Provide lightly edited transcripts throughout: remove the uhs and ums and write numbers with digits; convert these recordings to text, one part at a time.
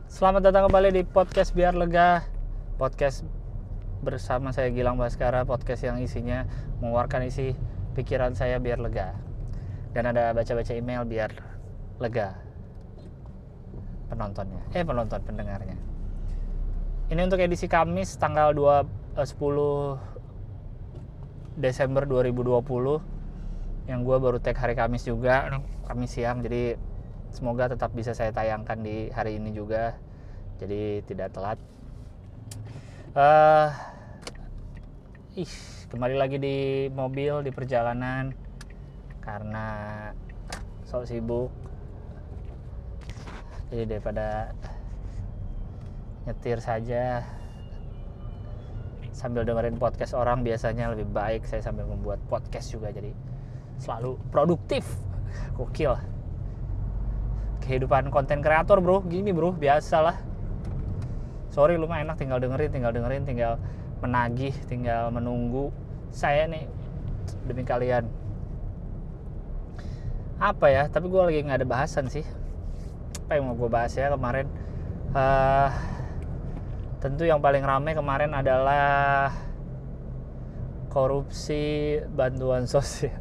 Selamat datang kembali di podcast Biar Lega. Podcast bersama saya Gilang Baskara. Podcast yang isinya mengeluarkan isi pikiran saya biar lega. Dan ada baca-baca email biar lega pendengarnya. Ini untuk edisi Kamis tanggal 10 Desember 2020. Yang gue baru tag hari Kamis juga, Kamis siang. Jadi semoga tetap bisa saya tayangkan di hari ini juga, jadi tidak telat. Kembali lagi di mobil, di perjalanan karena sok sibuk. Jadi daripada nyetir saja sambil dengerin podcast orang, biasanya lebih baik saya sambil membuat podcast juga, jadi selalu produktif. Gokil. Kehidupan konten kreator bro, gini bro, biasalah. Sorry lu mah enak tinggal dengerin, tinggal menagih, tinggal menunggu. Saya nih demi kalian. Apa ya, tapi gue lagi gak ada bahasan sih. Apa yang mau gue bahas ya kemarin? Tentu yang paling ramai kemarin adalah korupsi bantuan sosial.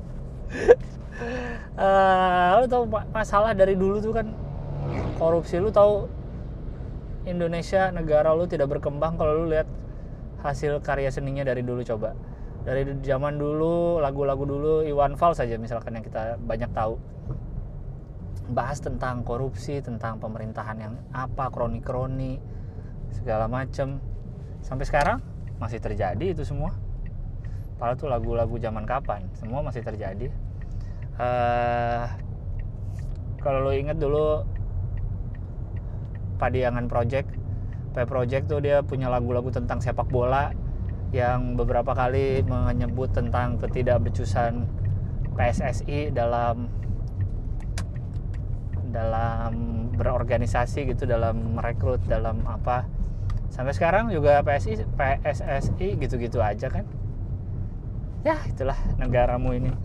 Lu tahu masalah dari dulu tuh kan korupsi. Lu tahu Indonesia negara lu tidak berkembang kalau lu lihat hasil karya seninya dari dulu. Coba dari zaman dulu, lagu-lagu dulu, Iwan Fals saja misalkan yang kita banyak tahu, bahas tentang korupsi, tentang pemerintahan yang apa, kroni-kroni segala macem. Sampai sekarang masih terjadi itu semua. Padahal tuh lagu-lagu zaman kapan, semua masih terjadi. Kalau lo inget dulu Padiangan Project tuh dia punya lagu-lagu tentang sepak bola yang beberapa kali menyebut tentang ketidakbecusan PSSI dalam berorganisasi gitu, dalam merekrut, dalam apa. Sampai sekarang juga PSSI gitu-gitu aja kan. Ya itulah negaramu ini.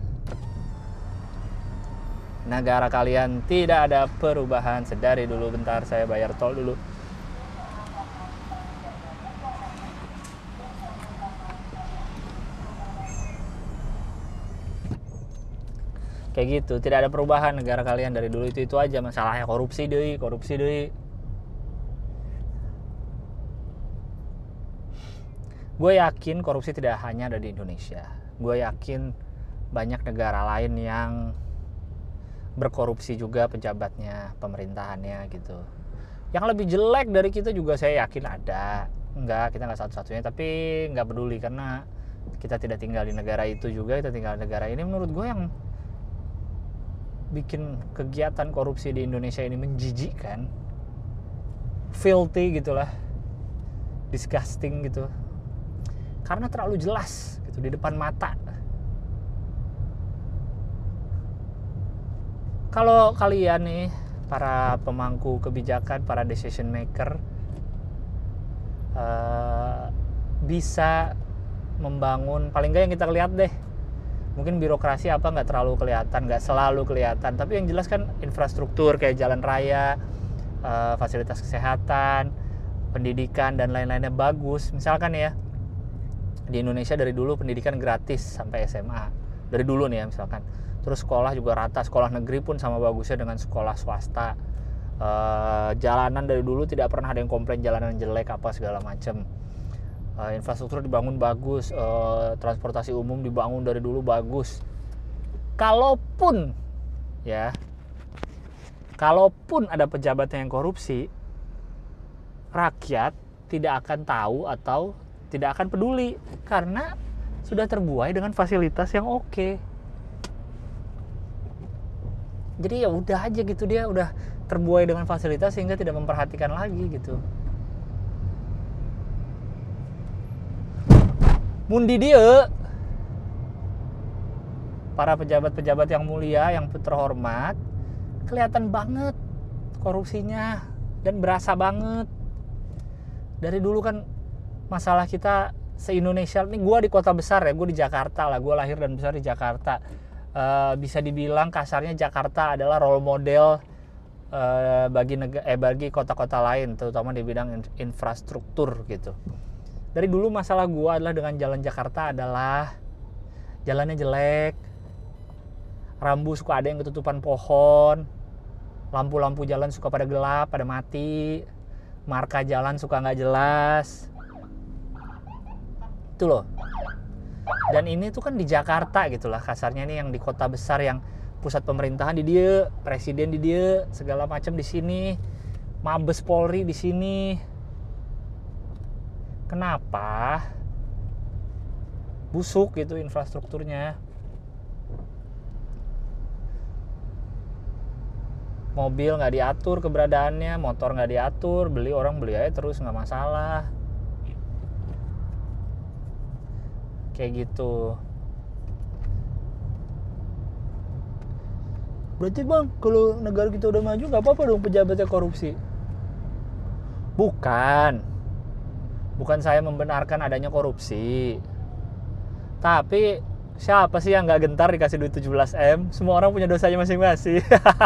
Negara kalian tidak ada perubahan sedari dulu. Bentar saya bayar tol dulu. Kayak gitu, tidak ada perubahan negara kalian dari dulu, itu aja masalahnya. Korupsi deui. Gue yakin korupsi tidak hanya ada di Indonesia. Gue yakin banyak negara lain yang berkorupsi juga pejabatnya, pemerintahannya gitu. Yang lebih jelek dari kita juga saya yakin ada. Kita nggak satu-satunya, tapi nggak peduli karena kita tidak tinggal di negara itu juga, kita tinggal di negara ini. Menurut gue yang bikin kegiatan korupsi di Indonesia ini menjijikkan, filthy gitulah, disgusting gitu, karena terlalu jelas gitu di depan mata. Kalau kalian nih para pemangku kebijakan, para decision maker, bisa membangun, paling nggak yang kita lihat deh, mungkin birokrasi apa nggak terlalu kelihatan, nggak selalu kelihatan, tapi yang jelas kan infrastruktur kayak jalan raya, fasilitas kesehatan, pendidikan dan lain-lainnya bagus. Misalkan ya di Indonesia dari dulu pendidikan gratis sampai SMA dari dulu nih ya misalkan. Terus sekolah juga rata, sekolah negeri pun sama bagusnya dengan sekolah swasta. Jalanan dari dulu tidak pernah ada yang komplain jalanan jelek apa segala macam. Infrastruktur dibangun bagus, transportasi umum dibangun dari dulu bagus. Kalaupun ada pejabat yang korupsi, rakyat tidak akan tahu atau tidak akan peduli karena sudah terbuai dengan fasilitas yang oke. Jadi ya udah aja gitu, dia udah terbuai dengan fasilitas sehingga tidak memperhatikan lagi gitu. Mundi dia para pejabat-pejabat yang mulia, yang terhormat, kelihatan banget korupsinya dan berasa banget. Dari dulu kan masalah kita se-Indonesia, ini gue di kota besar ya, gue di Jakarta lah, gue lahir dan besar di Jakarta. Bisa dibilang kasarnya Jakarta adalah role model bagi kota-kota lain, terutama di bidang infrastruktur gitu. Dari dulu masalah gua adalah dengan jalan Jakarta adalah jalannya jelek, rambu suka ada yang ketutupan pohon, lampu-lampu jalan suka pada gelap, pada mati, marka jalan suka nggak jelas, itu loh. Dan ini tuh kan di Jakarta gitulah kasarnya nih, yang di kota besar yang pusat pemerintahan di dia, presiden di dia, segala macam di sini, Mabes Polri di sini. Kenapa busuk gitu infrastrukturnya? Mobil nggak diatur keberadaannya, motor nggak diatur, orang beli aja terus nggak masalah. Kayak gitu. Berarti bang, kalau negara kita udah maju nggak apa-apa dong pejabatnya korupsi? Bukan saya membenarkan adanya korupsi. Tapi siapa sih yang nggak gentar dikasih duit 17M? Semua orang punya dosanya masing-masing.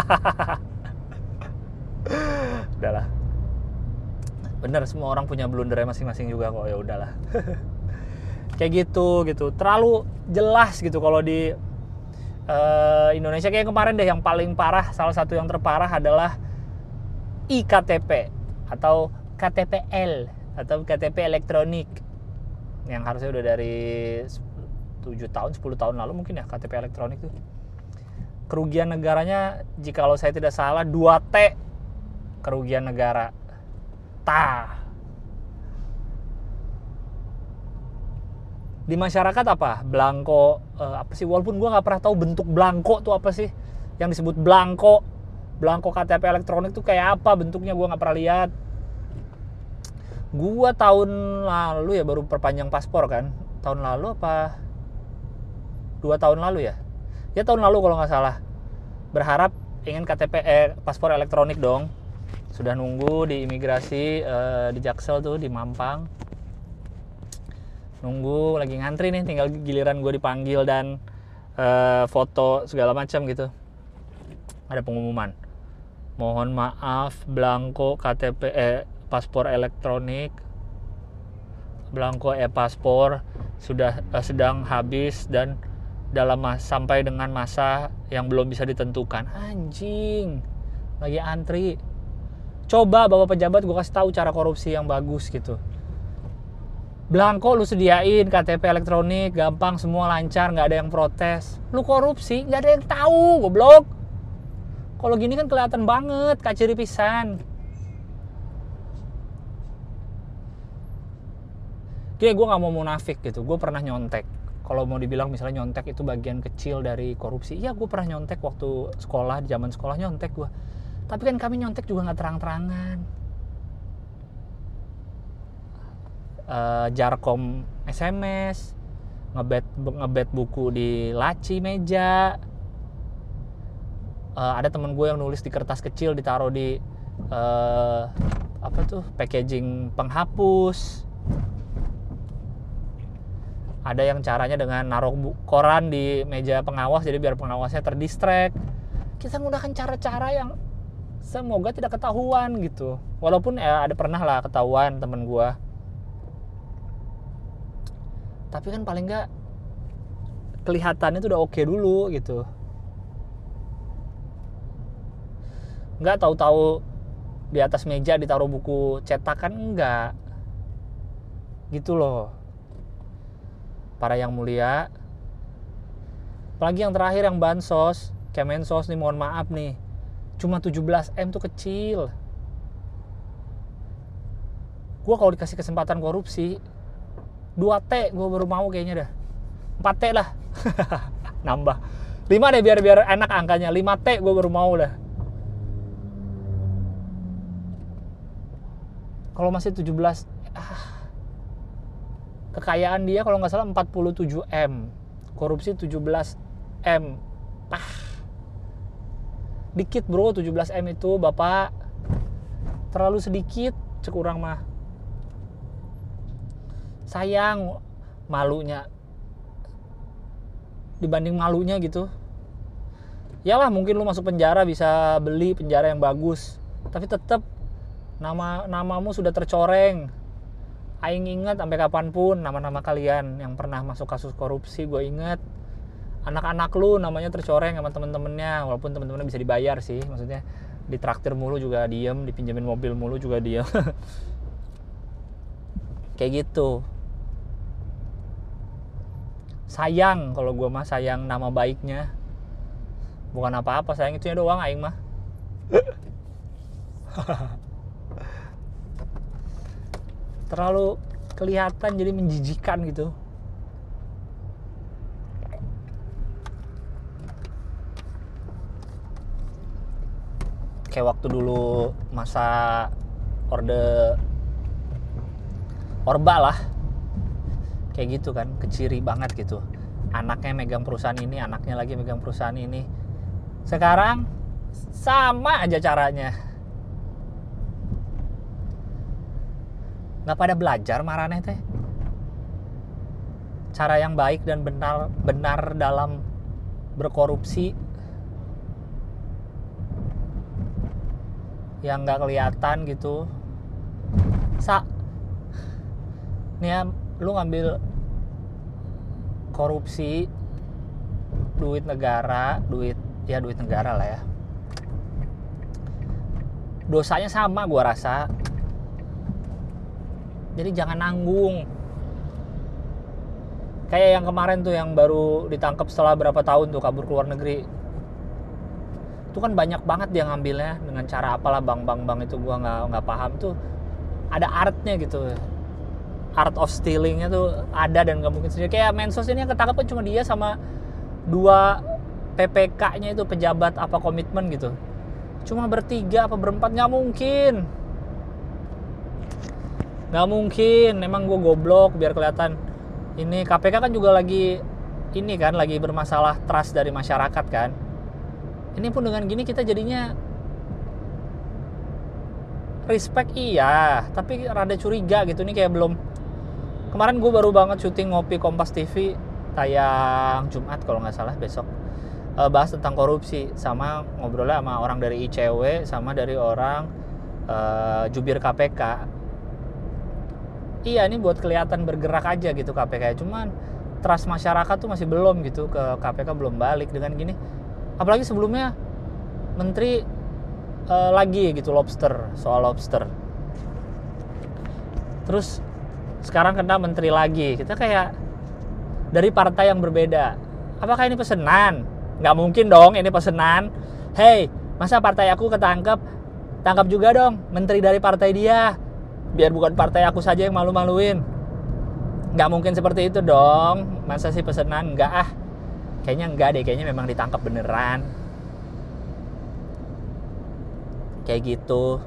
Udahlah. Bener, semua orang punya blundernya masing-masing juga kok, ya udahlah. Kayak gitu. Terlalu jelas gitu kalau di Indonesia. Kayak kemarin deh yang paling parah, salah satu yang terparah adalah iktp atau KTPL atau KTP elektronik, yang harusnya udah dari 7 tahun 10 tahun lalu mungkin ya KTP elektronik tuh. Kerugian negaranya jikalau saya tidak salah 2T kerugian negara. Di masyarakat apa? Blanko apa sih? Walaupun gue nggak pernah tahu bentuk blanko tuh apa sih. Yang disebut blanko KTP elektronik tuh kayak apa bentuknya, gue nggak pernah lihat. Gue tahun lalu ya baru perpanjang paspor kan. Tahun lalu apa? 2 tahun lalu ya? Ya tahun lalu kalau nggak salah. Berharap ingin paspor elektronik dong. Sudah nunggu di imigrasi di Jaksel tuh di Mampang. Nunggu lagi ngantri nih, tinggal giliran gue dipanggil dan foto segala macam gitu. Ada pengumuman. Mohon maaf, blanko KTP paspor elektronik, blanko paspor sudah sedang habis dan sampai dengan masa yang belum bisa ditentukan. Anjing, lagi antri. Coba bapak pejabat gue kasih tahu cara korupsi yang bagus gitu. Blanko lu sediain, KTP elektronik gampang, semua lancar, nggak ada yang protes. Lu korupsi nggak ada yang tahu, goblok. Kalau gini kan kelihatan banget, kaciri pisan. Kayak gue nggak mau munafik gitu, gue pernah nyontek. Kalau mau dibilang misalnya nyontek itu bagian kecil dari korupsi, iya gue pernah nyontek waktu sekolah, di zaman sekolah nyontek gue. Tapi kan kami nyontek juga nggak terang-terangan. Jarkom SMS, ngebet buku di laci meja. Ada temen gue yang nulis di kertas kecil ditaruh di packaging penghapus. Ada yang caranya dengan naruh koran di meja pengawas jadi biar pengawasnya terdistract. Kita menggunakan cara-cara yang semoga tidak ketahuan gitu. Walaupun ada pernah lah ketahuan temen gue. Tapi kan paling nggak kelihatannya tuh udah oke dulu gitu. Nggak tahu-tahu di atas meja ditaruh buku cetakan, enggak. Gitu loh. Para yang mulia. Apalagi yang terakhir yang bansos, Kemensos nih, mohon maaf nih. Cuma 17M tuh kecil. Gue kalau dikasih kesempatan korupsi 2T gue baru mau kayaknya dah. 4T lah. Nambah 5 deh biar enak angkanya. 5T gue baru mau dah. Kalau masih 17 kekayaan dia kalau nggak salah 47M, korupsi 17M. Dikit bro, 17M itu bapak, terlalu sedikit, cek urang mah. Sayang malunya, dibanding malunya gitu. Yalah mungkin lu masuk penjara bisa beli penjara yang bagus, tapi tetap namamu sudah tercoreng. Aing ingat sampai kapanpun nama-nama kalian yang pernah masuk kasus korupsi, gue inget. Anak-anak lu namanya tercoreng sama temen-temennya, walaupun temen-temennya bisa dibayar sih, maksudnya ditraktir mulu juga diem, dipinjemin mobil mulu juga diem. Kayak gitu. Sayang kalau gue mah, sayang nama baiknya. Bukan apa-apa, sayang itunya doang aing mah. Terlalu kelihatan jadi menjijikan gitu. Kayak waktu dulu masa Orba lah, kayak gitu kan, keciri banget gitu. Anaknya megang perusahaan ini, anaknya lagi megang perusahaan ini. Sekarang sama aja caranya. Nggak pada belajar marane teh. Cara yang baik dan benar dalam berkorupsi yang nggak kelihatan gitu. Nih ya, lu ngambil korupsi duit negara lah ya. Dosanya sama gua rasa. Jadi jangan nanggung. Kayak yang kemarin tuh yang baru ditangkap setelah berapa tahun tuh kabur ke luar negeri. Itu kan banyak banget dia ngambilnya dengan cara apalah bang itu gua nggak paham tuh. Ada artnya gitu. Art of stealingnya tuh ada dan nggak mungkin sendiri. Kayak Mensos ini yang ketangkap kan cuma dia sama 2 PPK-nya itu, pejabat apa komitmen gitu. Cuma bertiga apa berempat, nggak mungkin. Nggak mungkin, emang gue goblok biar kelihatan. Ini KPK kan juga lagi bermasalah trust dari masyarakat kan. Ini pun dengan gini kita jadinya respect iya, tapi rada curiga gitu. Ini kayak belum. Kemarin gue baru banget syuting Ngopi Kompas TV, tayang Jumat kalau nggak salah besok. Bahas tentang korupsi, sama ngobrolnya sama orang dari ICW, sama dari orang jubir KPK. Iya, ini buat kelihatan bergerak aja gitu KPK. Cuman trust masyarakat tuh masih belum gitu, ke KPK belum balik dengan gini. Apalagi sebelumnya menteri lagi gitu soal lobster. Terus sekarang kena menteri lagi. Kita kayak dari partai yang berbeda. Apakah ini pesanan? Nggak mungkin dong ini pesanan. Hey, masa partai aku ketangkep? Tangkap juga dong menteri dari partai dia. Biar bukan partai aku saja yang malu-maluin. Nggak mungkin seperti itu dong. Masa sih pesanan? Nggak ah. Kayaknya enggak deh. Kayaknya memang ditangkap beneran. Kayak gitu.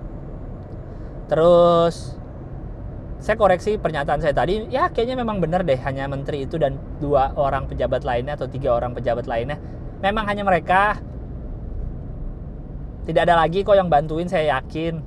Terus saya koreksi pernyataan saya tadi, ya kayaknya memang benar deh, hanya menteri itu dan 2 orang pejabat lainnya atau 3 orang pejabat lainnya. Memang hanya mereka. Tidak ada lagi kok yang bantuin, saya yakin.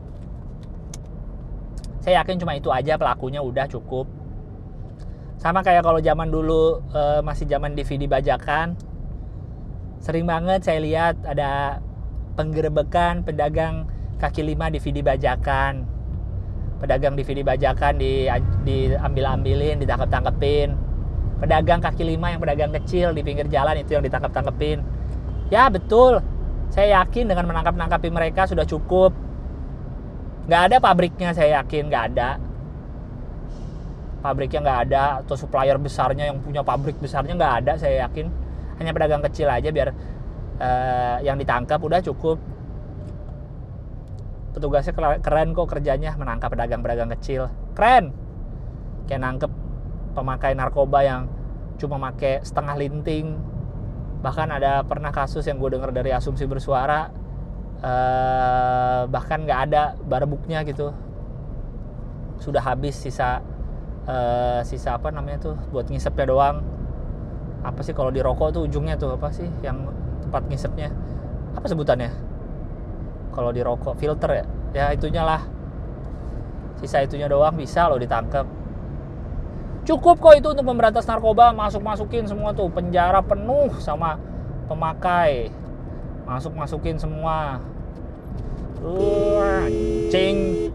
Saya yakin cuma itu aja pelakunya, udah cukup. Sama kayak kalau zaman dulu masih zaman DVD bajakan. Sering banget saya lihat ada penggerebekan pedagang kaki lima DVD bajakan. Pedagang DVD bajakan diambil-ambilin, ditangkap-tangkepin. Pedagang kaki lima yang pedagang kecil di pinggir jalan itu yang ditangkap-tangkepin. Ya betul, saya yakin dengan menangkap-nangkapi mereka sudah cukup. Nggak ada pabriknya, saya yakin nggak ada. Pabriknya nggak ada, atau supplier besarnya yang punya pabrik besarnya nggak ada, saya yakin. Hanya pedagang kecil aja biar yang ditangkap udah cukup. Petugasnya keren kok kerjanya, menangkap pedagang-pedagang kecil. Keren. Kayak nangkep pemakai narkoba yang cuma pakai setengah linting. Bahkan ada pernah kasus yang gue dengar dari Asumsi Bersuara, bahkan nggak ada barbuknya gitu. Sudah habis sisa apa namanya tuh buat ngisepnya doang. Apa sih kalau di rokok tuh ujungnya tuh apa sih yang tempat ngisepnya? Apa sebutannya? Kalau di rokok filter ya itunya lah, sisa itunya doang bisa lo ditangkap. Cukup kok itu untuk memberantas narkoba. Masukin semua tuh penjara penuh sama pemakai masukin semua. Anjing.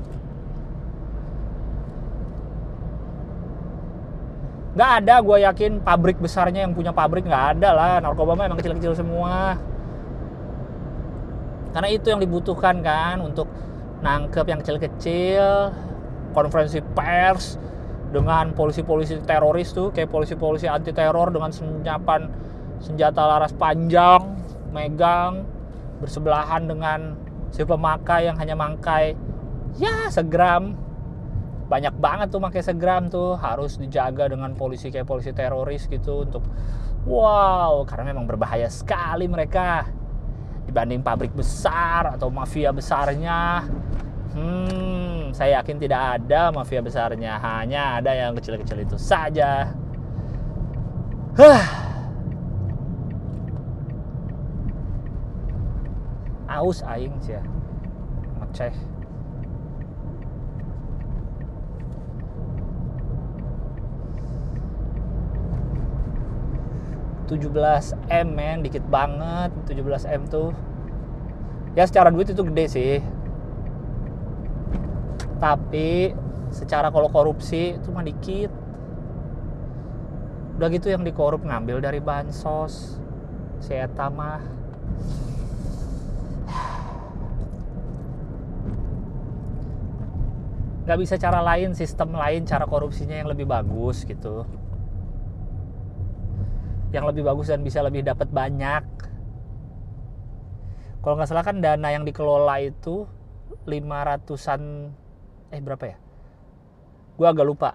Nggak ada, gue yakin pabrik besarnya yang punya pabrik nggak ada lah. Narkoba mah emang kecil-kecil semua. Karena itu yang dibutuhkan kan untuk nangkep yang kecil-kecil. Konferensi pers dengan polisi-polisi teroris tuh, kayak polisi-polisi anti teror dengan senjapan senjata laras panjang, megang bersebelahan dengan si pemakai yang hanya mangkai ya segram. Banyak banget tuh pakai segram tuh, harus dijaga dengan polisi kayak polisi teroris gitu untuk karena memang berbahaya sekali mereka dibanding pabrik besar atau mafia besarnya. Saya yakin tidak ada mafia besarnya, hanya ada yang kecil-kecil itu saja. Aus aing sih ya, ngeceh. 17M men, dikit banget 17M tuh. Ya secara duit itu gede sih, tapi secara kalau korupsi itu mah dikit. Udah gitu yang dikorup ngambil dari bansos si eta mah. Gak bisa cara lain, sistem lain, cara korupsinya yang lebih bagus gitu, yang lebih bagus dan bisa lebih dapat banyak. Kalau nggak salah kan dana yang dikelola itu 500-an berapa ya, gue agak lupa,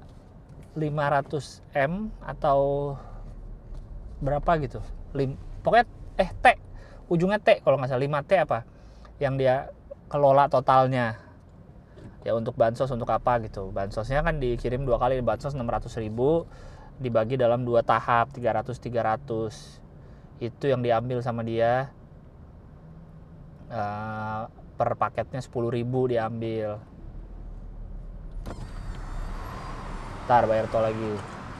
500M atau berapa gitu, pokoknya T, ujungnya T kalau nggak salah, 5T apa yang dia kelola totalnya ya, untuk bansos untuk apa gitu. Bansosnya kan dikirim 2 kali, bansos 600.000 dibagi dalam 2 tahap 300 itu yang diambil sama dia. Per paketnya 10.000 diambil. Ntar bayar tol lagi.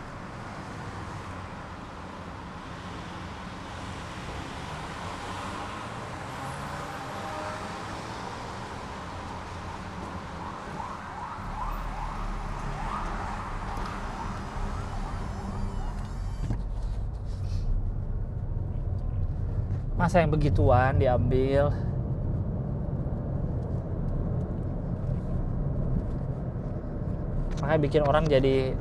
Masa yang begituan diambil? Makanya bikin orang jadi,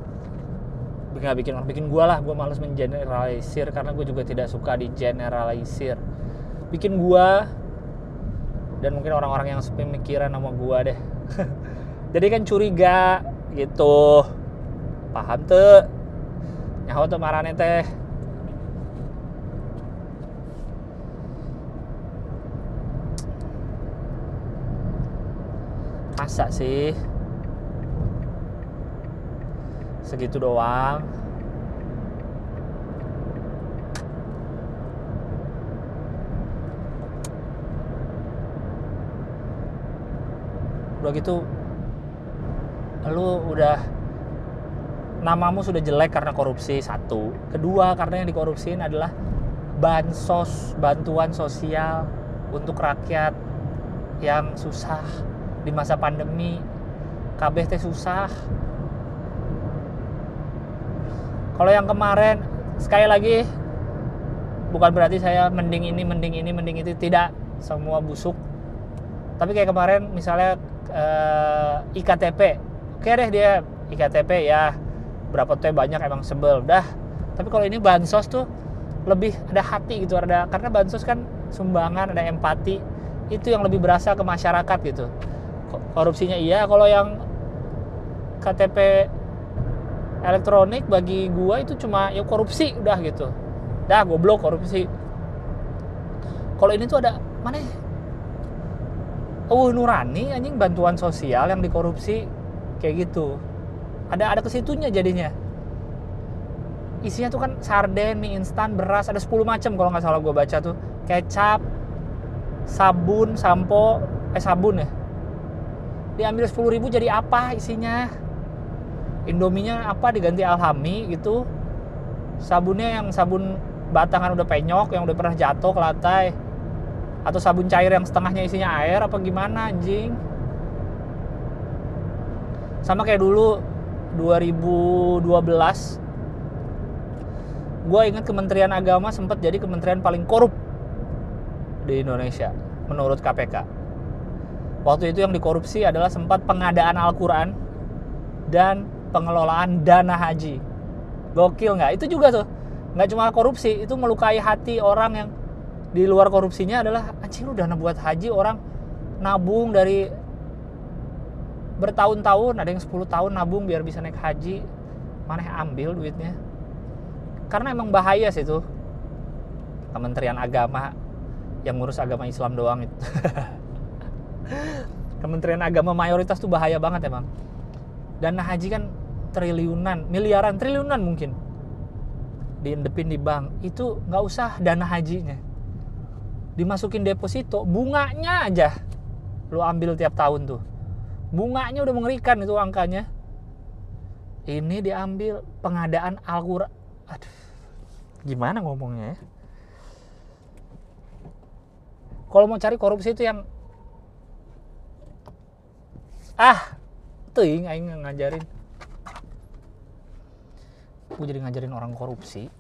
bikin gue lah, gue males mengeneralisir karena gue juga tidak suka digeneralisir. Bikin gue dan mungkin orang-orang yang sepemikiran sama gue deh. Jadi kan curiga gitu, paham tuh? Nyaho tuh marane teh. Masa sih segitu doang? Udah gitu lu udah, namamu sudah jelek karena korupsi, satu. Kedua, karena yang dikorupsiin adalah bansos, bantuan sosial untuk rakyat yang susah di masa pandemi. Kabeh teh susah. Kalau yang kemarin, sekali lagi, bukan berarti saya mending itu, tidak, semua busuk. Tapi kayak kemarin misalnya IKTP, oke deh dia IKTP ya, berapa tuh banyak emang sebel dah. Tapi kalau ini bansos tuh lebih ada hati gitu, karena bansos kan sumbangan, ada empati, itu yang lebih berasa ke masyarakat gitu. Korupsinya iya, kalau yang KTP elektronik bagi gua itu cuma ya korupsi udah gitu, dah goblok korupsi. Kalau ini tuh ada mana? Nurani anjing, bantuan sosial yang dikorupsi kayak gitu. Ada kesitunya jadinya. Isinya tuh kan sarden, mie instan, beras, ada 10 macam kalau nggak salah gue baca tuh. Kecap, sabun, sampo, sabun ya. Diambil 10.000 jadi apa isinya? Indominya apa diganti Alhami gitu. Sabunnya yang sabun batangan udah penyok, yang udah pernah jatuh ke lantai. Atau sabun cair yang setengahnya isinya air apa gimana anjing. Sama kayak dulu 2012, gue ingat Kementerian Agama sempat jadi kementerian paling korup di Indonesia menurut KPK. Waktu itu yang dikorupsi adalah sempat pengadaan Al-Quran dan pengelolaan dana haji. Gokil nggak? Itu juga tuh, nggak cuma korupsi, itu melukai hati orang yang di luar korupsinya adalah anjing, lu dana buat haji, orang nabung dari bertahun-tahun, ada yang 10 tahun nabung biar bisa naik haji, mana ambil duitnya. Karena emang bahaya sih tuh Kementerian Agama yang ngurus agama Islam doang itu. Kementerian Agama mayoritas tuh bahaya banget emang. Dana haji kan triliunan, miliaran, triliunan mungkin diindepin di bank. Itu nggak usah dana hajinya, dimasukin deposito, bunganya aja lu ambil tiap tahun tuh, bunganya udah mengerikan itu angkanya. Ini diambil pengadaan Al-Quran. Aduh, gimana ngomongnya ya? Kalau mau cari korupsi itu yang teuing aing ngajarin. Gue jadi ngajarin orang korupsi.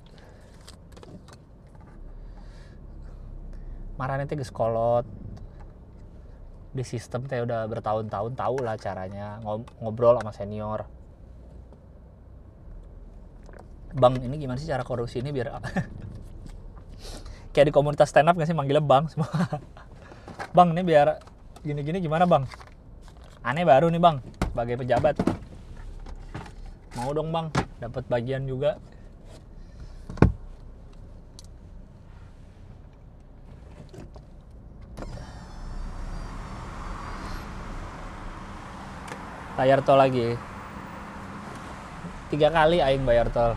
Marahnya teh geus kolot. Di sistem teh udah bertahun-tahun, tahu lah caranya ngobrol sama senior. Bang, ini gimana sih cara korupsi ini biar kayak di komunitas stand up gak sih manggilnya bang semua. Bang, ini biar gini-gini gimana bang? Aneh baru nih bang, sebagai pejabat. Mau dong bang, dapat bagian juga. Bayar tol lagi. 3 kali aing bayar tol.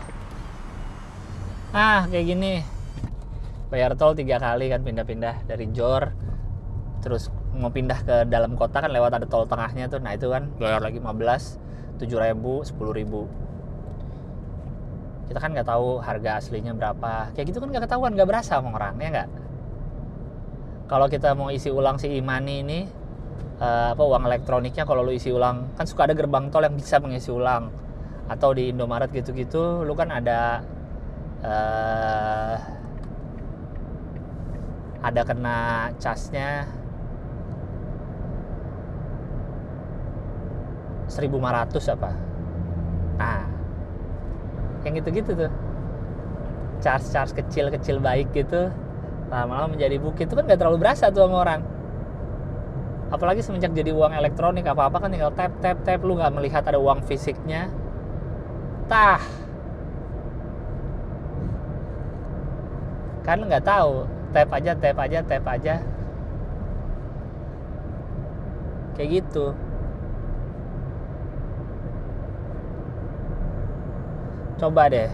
Kayak gini. Bayar tol 3 kali kan, pindah-pindah dari Jor. Terus mau pindah ke dalam kota kan lewat ada tol tengahnya tuh. Nah itu kan bayar lagi 15, 7.000, 10.000. Kita kan nggak tahu harga aslinya berapa. Kayak gitu kan nggak ketahuan, nggak berasa sama orang, ya nggak? Kalau kita mau isi ulang si e-money ini, uang elektroniknya, kalau lu isi ulang kan suka ada gerbang tol yang bisa mengisi ulang, atau di Indomaret gitu-gitu lu kan ada kena casnya 1.500 apa. Nah yang gitu-gitu tuh charge kecil-kecil baik gitu lama-lama menjadi bukit, itu kan gak terlalu berasa tuh sama orang. Apalagi semenjak jadi uang elektronik, apa-apa kan tinggal tap, lu gak melihat ada uang fisiknya. Kan lu gak tahu, tap aja kayak gitu. Coba deh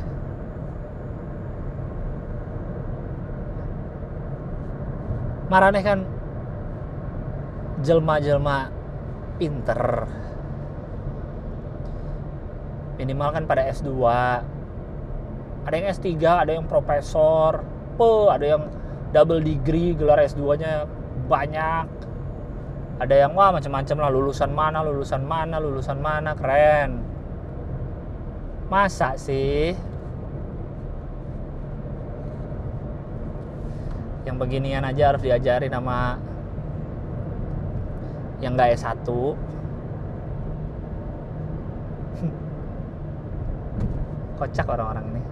marane kan jelma-jelma pinter, minimal kan pada S2, ada yang S3, ada yang profesor, ada yang double degree, gelar S2-nya banyak, ada yang macam-macam lah, lulusan mana, keren. Masa sih yang beginian aja harus diajarin sama yang gak S1? Kocak orang-orang ini.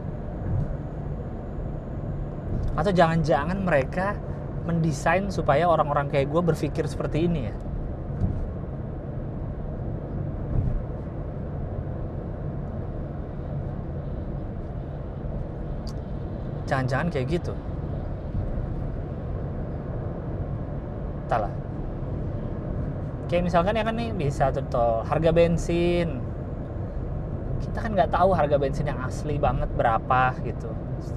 Atau jangan-jangan mereka mendesain supaya orang-orang kayak gue berpikir seperti ini ya? Jangan-jangan kayak gitu. Entahlah. Kayak misalkan ya kan nih bisa tuh harga bensin. Kita kan nggak tahu harga bensin yang asli banget berapa gitu.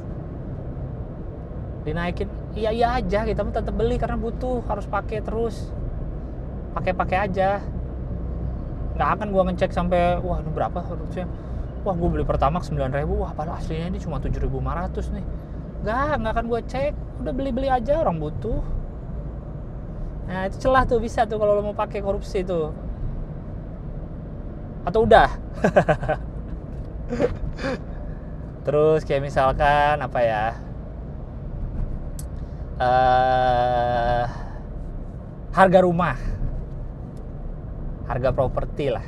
Dinaikin, iya aja, kita mah tetap beli karena butuh, harus pakai terus. Pakai aja. Nggak akan gua ngecek sampai wah ini berapa harusnya. Wah gue beli Pertamax 9.000, wah padahal aslinya ini cuma 7.500 nih. Nggak akan gue cek, udah beli aja, orang butuh. Nah itu celah tuh, bisa tuh kalau lo mau pakai korupsi tuh. Atau udah. Terus kayak misalkan apa ya, harga rumah, harga properti lah.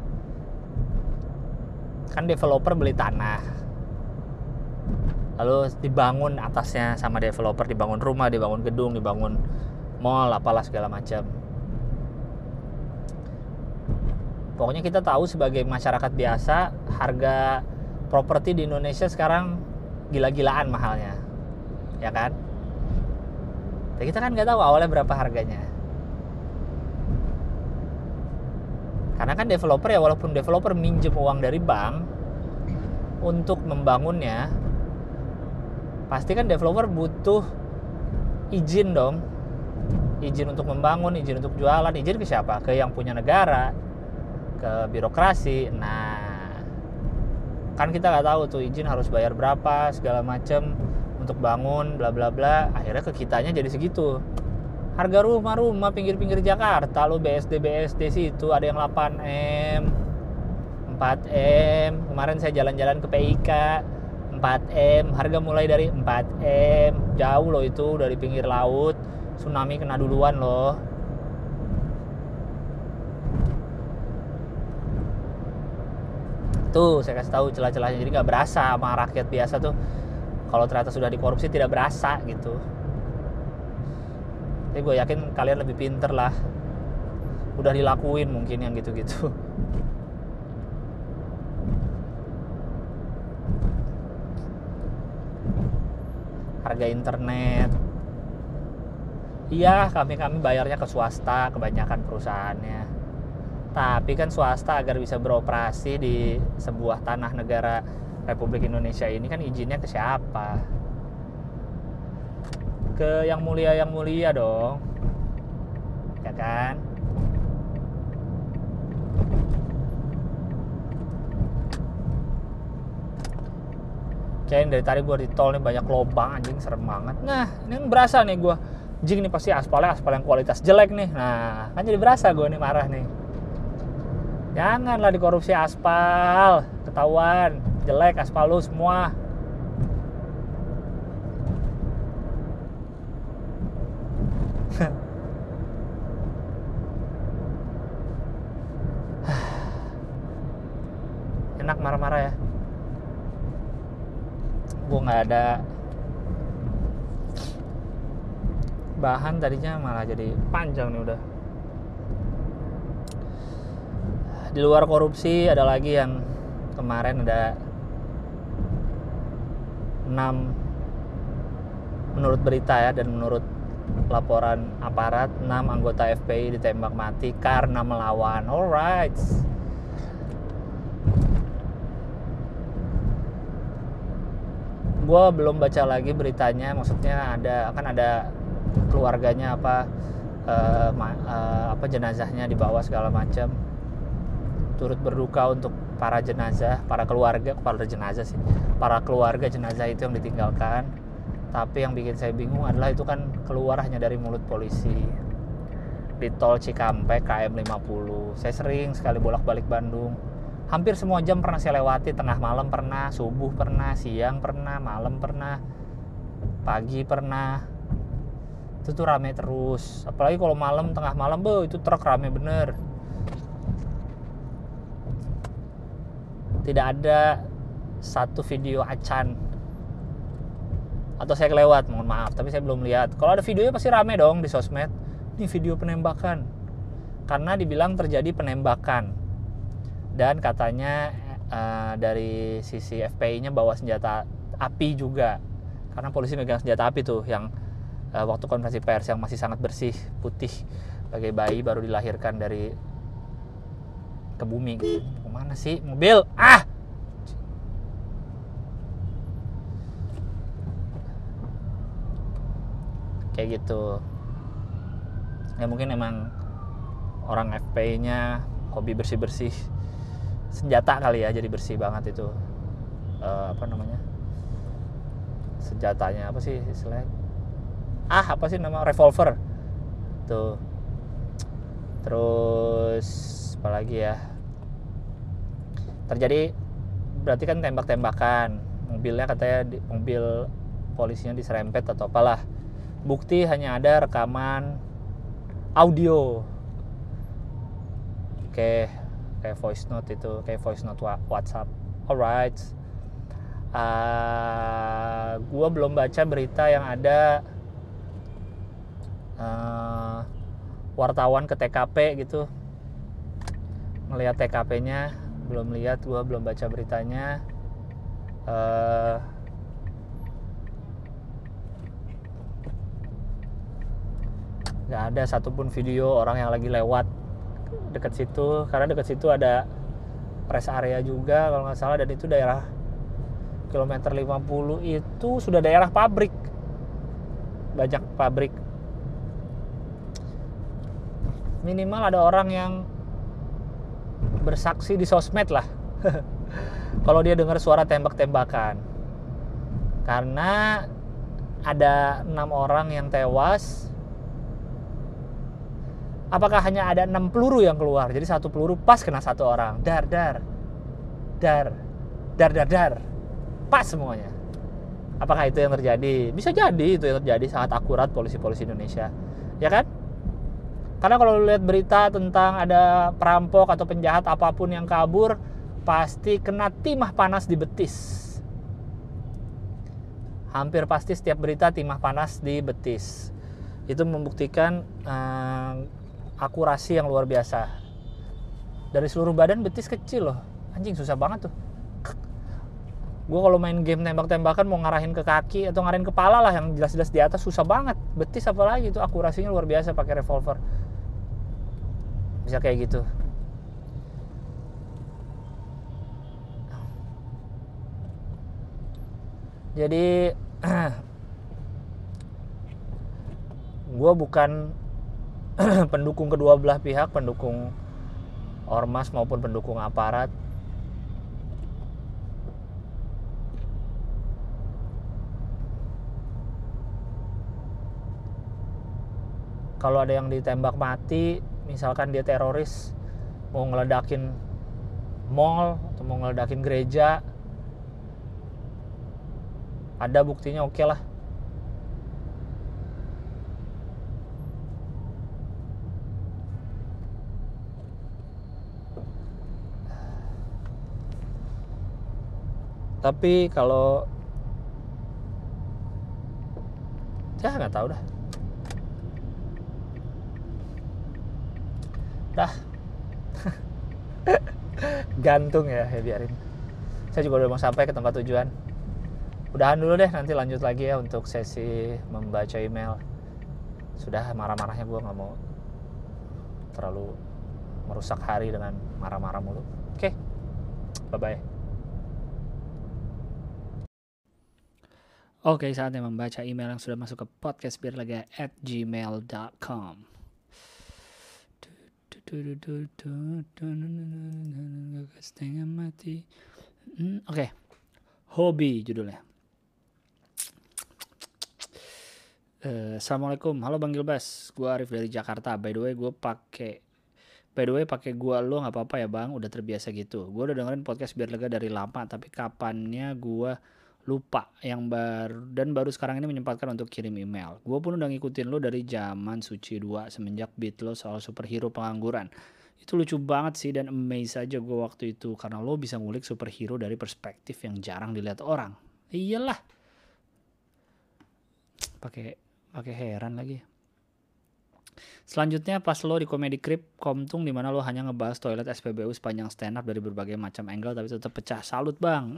Kan developer beli tanah, lalu dibangun atasnya sama developer, dibangun rumah, dibangun gedung, dibangun mall, apalah segala macam. Pokoknya kita tahu sebagai masyarakat biasa, harga properti di Indonesia sekarang gila-gilaan mahalnya, ya kan? Tapi kita kan nggak tahu awalnya berapa harganya. Karena kan developer ya, walaupun developer minjem uang dari bank untuk membangunnya, pasti kan developer butuh izin dong. Izin untuk membangun, izin untuk jualan, izin ke siapa? Ke yang punya negara, ke birokrasi. Nah, kan kita nggak tahu tuh izin harus bayar berapa, segala macem untuk bangun, bla bla bla. Akhirnya ke kitanya jadi segitu. Harga rumah-rumah pinggir-pinggir Jakarta, lo BSD situ ada yang 8M, 4M. Kemarin saya jalan-jalan ke PIK, 4M, harga mulai dari 4M. Jauh loh itu dari pinggir laut, tsunami kena duluan loh. Tuh saya kasih tahu celah-celahnya, jadi nggak berasa sama rakyat biasa tuh. Kalau ternyata sudah dikorupsi tidak berasa gitu. Tapi gue yakin kalian lebih pinter lah, udah dilakuin mungkin yang gitu-gitu. Harga internet, iya kami bayarnya ke swasta kebanyakan perusahaannya. Tapi kan swasta agar bisa beroperasi di sebuah tanah negara Republik Indonesia ini kan izinnya ke siapa? Ke yang mulia dong, ya kan? Kayaknya dari tadi gue di tol nih banyak lubang anjing, serem banget. Nah ini berasa nih gue, anjing nih pasti aspal yang kualitas jelek nih. Nah kan jadi berasa gue nih marah nih. Janganlah dikorupsi aspal, ketahuan jelek aspal lu semua. Enak marah-marah ya. Gue nggak ada bahan tadinya, malah jadi panjang nih udah. Di luar korupsi ada lagi yang kemarin ada 6, menurut berita ya dan menurut laporan aparat, 6 anggota FPI ditembak mati karena melawan. Alright. Gue belum baca lagi beritanya, maksudnya ada keluarganya apa jenazahnya dibawa segala macam, turut berduka untuk para keluarga jenazah itu yang ditinggalkan. Tapi yang bikin saya bingung adalah itu kan keluar hanya dari mulut polisi di tol Cikampek KM 50. Saya sering sekali bolak-balik Bandung, hampir semua jam pernah saya lewati. Tengah malam pernah, subuh pernah, siang pernah, malam pernah, pagi pernah. Itu tuh rame terus, apalagi kalau malam, tengah malam, itu truk rame bener. Tidak ada satu video acan, atau saya kelewat, mohon maaf, tapi saya belum lihat. Kalau ada videonya pasti rame dong di sosmed. Ini video penembakan, karena dibilang terjadi penembakan. Dan katanya dari sisi FPI-nya bawa senjata api juga, karena polisi megang senjata api tuh yang waktu konferensi pers yang masih sangat bersih, putih, bagai bayi baru dilahirkan dari ke bumi. Kemana sih mobil? Kayak gitu. Ya mungkin emang orang FPI-nya hobi bersih-bersih senjata kali ya, jadi bersih banget itu. Senjatanya apa sih istilahnya? Apa sih nama revolver? Tuh. Terus apalagi ya, terjadi berarti kan tembak-tembakan, mobilnya katanya mobil polisinya diserempet atau apalah. Bukti hanya ada rekaman audio, kayak voice note itu, kayak voice note WhatsApp. Alright, gue belum baca berita yang ada wartawan ke TKP gitu, ngelihat TKP-nya, belum lihat, gue belum baca beritanya. Nggak ada satupun video orang yang lagi lewat dekat situ, karena dekat situ ada rest area juga kalau nggak salah, dan itu daerah kilometer 50 itu sudah daerah pabrik, banyak pabrik. Minimal ada orang yang bersaksi di sosmed lah kalau dia dengar suara tembak-tembakan, karena ada 6 orang yang tewas. Apakah hanya ada 6 peluru yang keluar? Jadi satu peluru pas kena satu orang. Dar. Pas semuanya. Apakah itu yang terjadi? Bisa jadi itu yang terjadi, sangat akurat polisi-polisi Indonesia. Ya kan? Karena kalau lihat berita tentang ada perampok atau penjahat apapun yang kabur, pasti kena timah panas di betis. Hampir pasti setiap berita timah panas di betis. Itu membuktikan akurasi yang luar biasa. Dari seluruh badan betis kecil loh. Anjing, susah banget tuh. Gue kalau main game tembak-tembakan mau ngarahin ke kaki atau ngarahin kepala lah, yang jelas-jelas di atas susah banget. Betis apalagi, itu akurasinya luar biasa pakai revolver. Bisa kayak gitu. Jadi gue bukan pendukung kedua belah pihak, pendukung ormas maupun pendukung aparat. Kalau ada yang ditembak mati, misalkan dia teroris, mau ngeledakin mall atau mau ngeledakin gereja, ada buktinya, oke lah. Tapi kalau ya nggak tahu dah. Gantung ya biarin. Saya juga udah mau sampai ke tempat tujuan. Udahan dulu deh, nanti lanjut lagi ya untuk sesi membaca email. Sudah marah-marahnya gue nggak mau terlalu merusak hari dengan marah-marah mulu. Oke, bye-bye. Oke, saatnya membaca email yang sudah masuk ke podcastbiarlega@gmail.com. Setengah mati. Oke, hobi judulnya. Assalamualaikum, halo Bang Gilbas, gue Arif dari Jakarta. By the way pakai gua lo nggak apa-apa ya Bang, udah terbiasa gitu. Gue udah dengerin podcast Biar Lega dari lama, tapi kapannya gue lupa baru sekarang ini menyempatkan untuk kirim email. Gue pun udah ngikutin lo dari zaman Suci 2 semenjak beat lo soal superhero pengangguran. Itu lucu banget sih, dan amazed aja gue waktu itu karena lo bisa ngulik superhero dari perspektif yang jarang dilihat orang. Iyalah, pakai heran lagi. Selanjutnya pas lo di Comedy Crib Komtung, dimana lo hanya ngebahas toilet SPBU sepanjang stand up dari berbagai macam angle tapi tetap pecah. Salut Bang.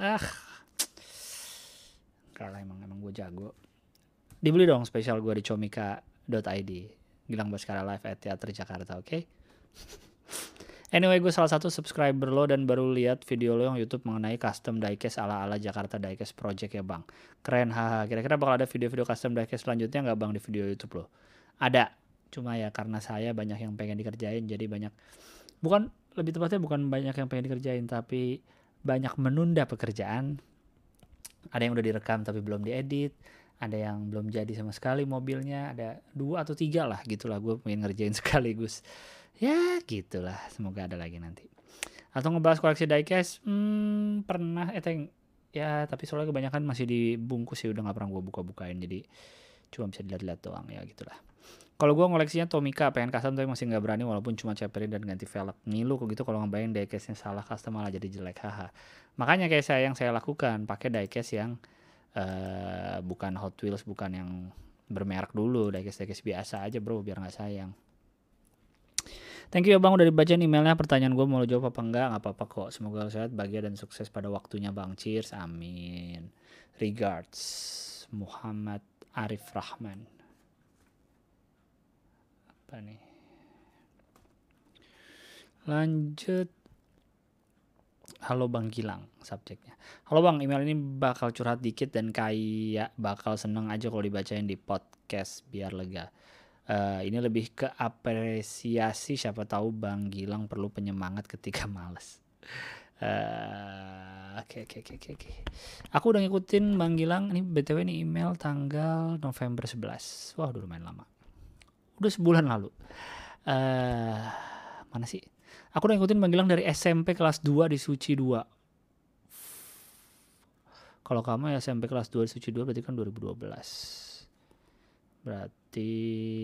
Karena emang gue jago. Dibeli dong spesial gue di comika.id. Gilang Baskara Live at Teater Jakarta, oke? Okay? Anyway, gue salah satu subscriber lo dan baru lihat video lo yang YouTube mengenai custom diecast ala-ala Jakarta Diecast Project ya Bang. Keren, haha. Kira-kira bakal ada video-video custom diecast selanjutnya nggak Bang di video YouTube lo? Ada. Cuma ya karena saya banyak yang pengen dikerjain, jadi lebih tepatnya bukan banyak yang pengen dikerjain, tapi banyak menunda pekerjaan. Ada yang udah direkam tapi belum diedit, ada yang belum jadi sama sekali mobilnya, ada 2 atau 3 lah gitulah, gue pengen ngerjain sekaligus. Ya gitulah, semoga ada lagi nanti. Atau ngebahas koleksi diecast, pernah ya tapi soalnya kebanyakan masih dibungkus sih, udah nggak pernah gue buka-bukain, jadi cuma bisa dilihat-lihat doang ya gitulah. Kalau gue ngoleksinya Tomica, pengen custom tapi masih nggak berani walaupun cuma ceperin dan ganti velg. Ngilu kok gitu kalau ngebayang diecastnya salah custom malah jadi jelek, haha. Makanya kayak yang saya lakukan, pakai diecast yang bukan Hot Wheels, bukan yang bermerek dulu, diecast biasa aja bro, biar nggak sayang. Thank you ya bang udah dibacain emailnya. Pertanyaan gue mau lo jawab apa enggak, nggak apa-apa kok. Semoga lo sehat, bahagia dan sukses pada waktunya bang. Cheers, amin. Regards, Muhammad Arif Rahman. Apa nih? Lanjut. Halo Bang Gilang, subjeknya. Halo Bang, email ini bakal curhat dikit dan kayak bakal seneng aja kalau dibacain di podcast biar lega. Ini lebih ke apresiasi, siapa tahu Bang Gilang perlu penyemangat ketika males. Oke. Aku udah ngikutin Bang Gilang, ini BTW ini email tanggal November 11. Wah, udah lumayan lama. Udah sebulan lalu. Mana sih? Aku udah ngikutin Bang Gilang dari SMP kelas 2 di Suci 2. Kalau kamu ya SMP kelas 2 di Suci 2 berarti kan 2012. Berarti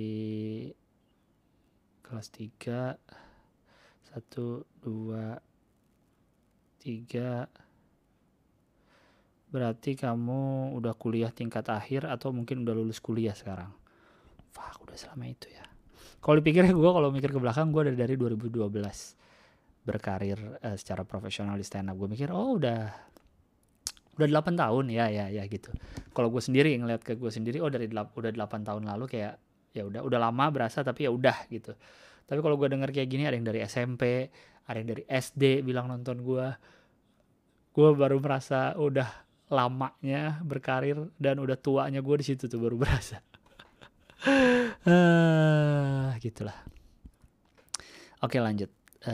kelas 3 1, 2, 3. Berarti kamu udah kuliah tingkat akhir atau mungkin udah lulus kuliah sekarang. Wah, udah selama itu ya. Kalau dipikir gue, kalau mikir ke belakang, gue dari 2012 berkarir secara profesional di stand up. Gue mikir udah 8 tahun ya gitu. Kalau gue sendiri ngeliat ke gue sendiri, udah 8 tahun lalu, kayak ya udah lama berasa, tapi ya udah gitu. Tapi kalau gue denger kayak gini, ada yang dari SMP, ada yang dari SD bilang nonton gue baru merasa udah lamanya berkarir dan udah tuanya gue di situ tuh baru berasa. Gitulah. Oke, lanjut.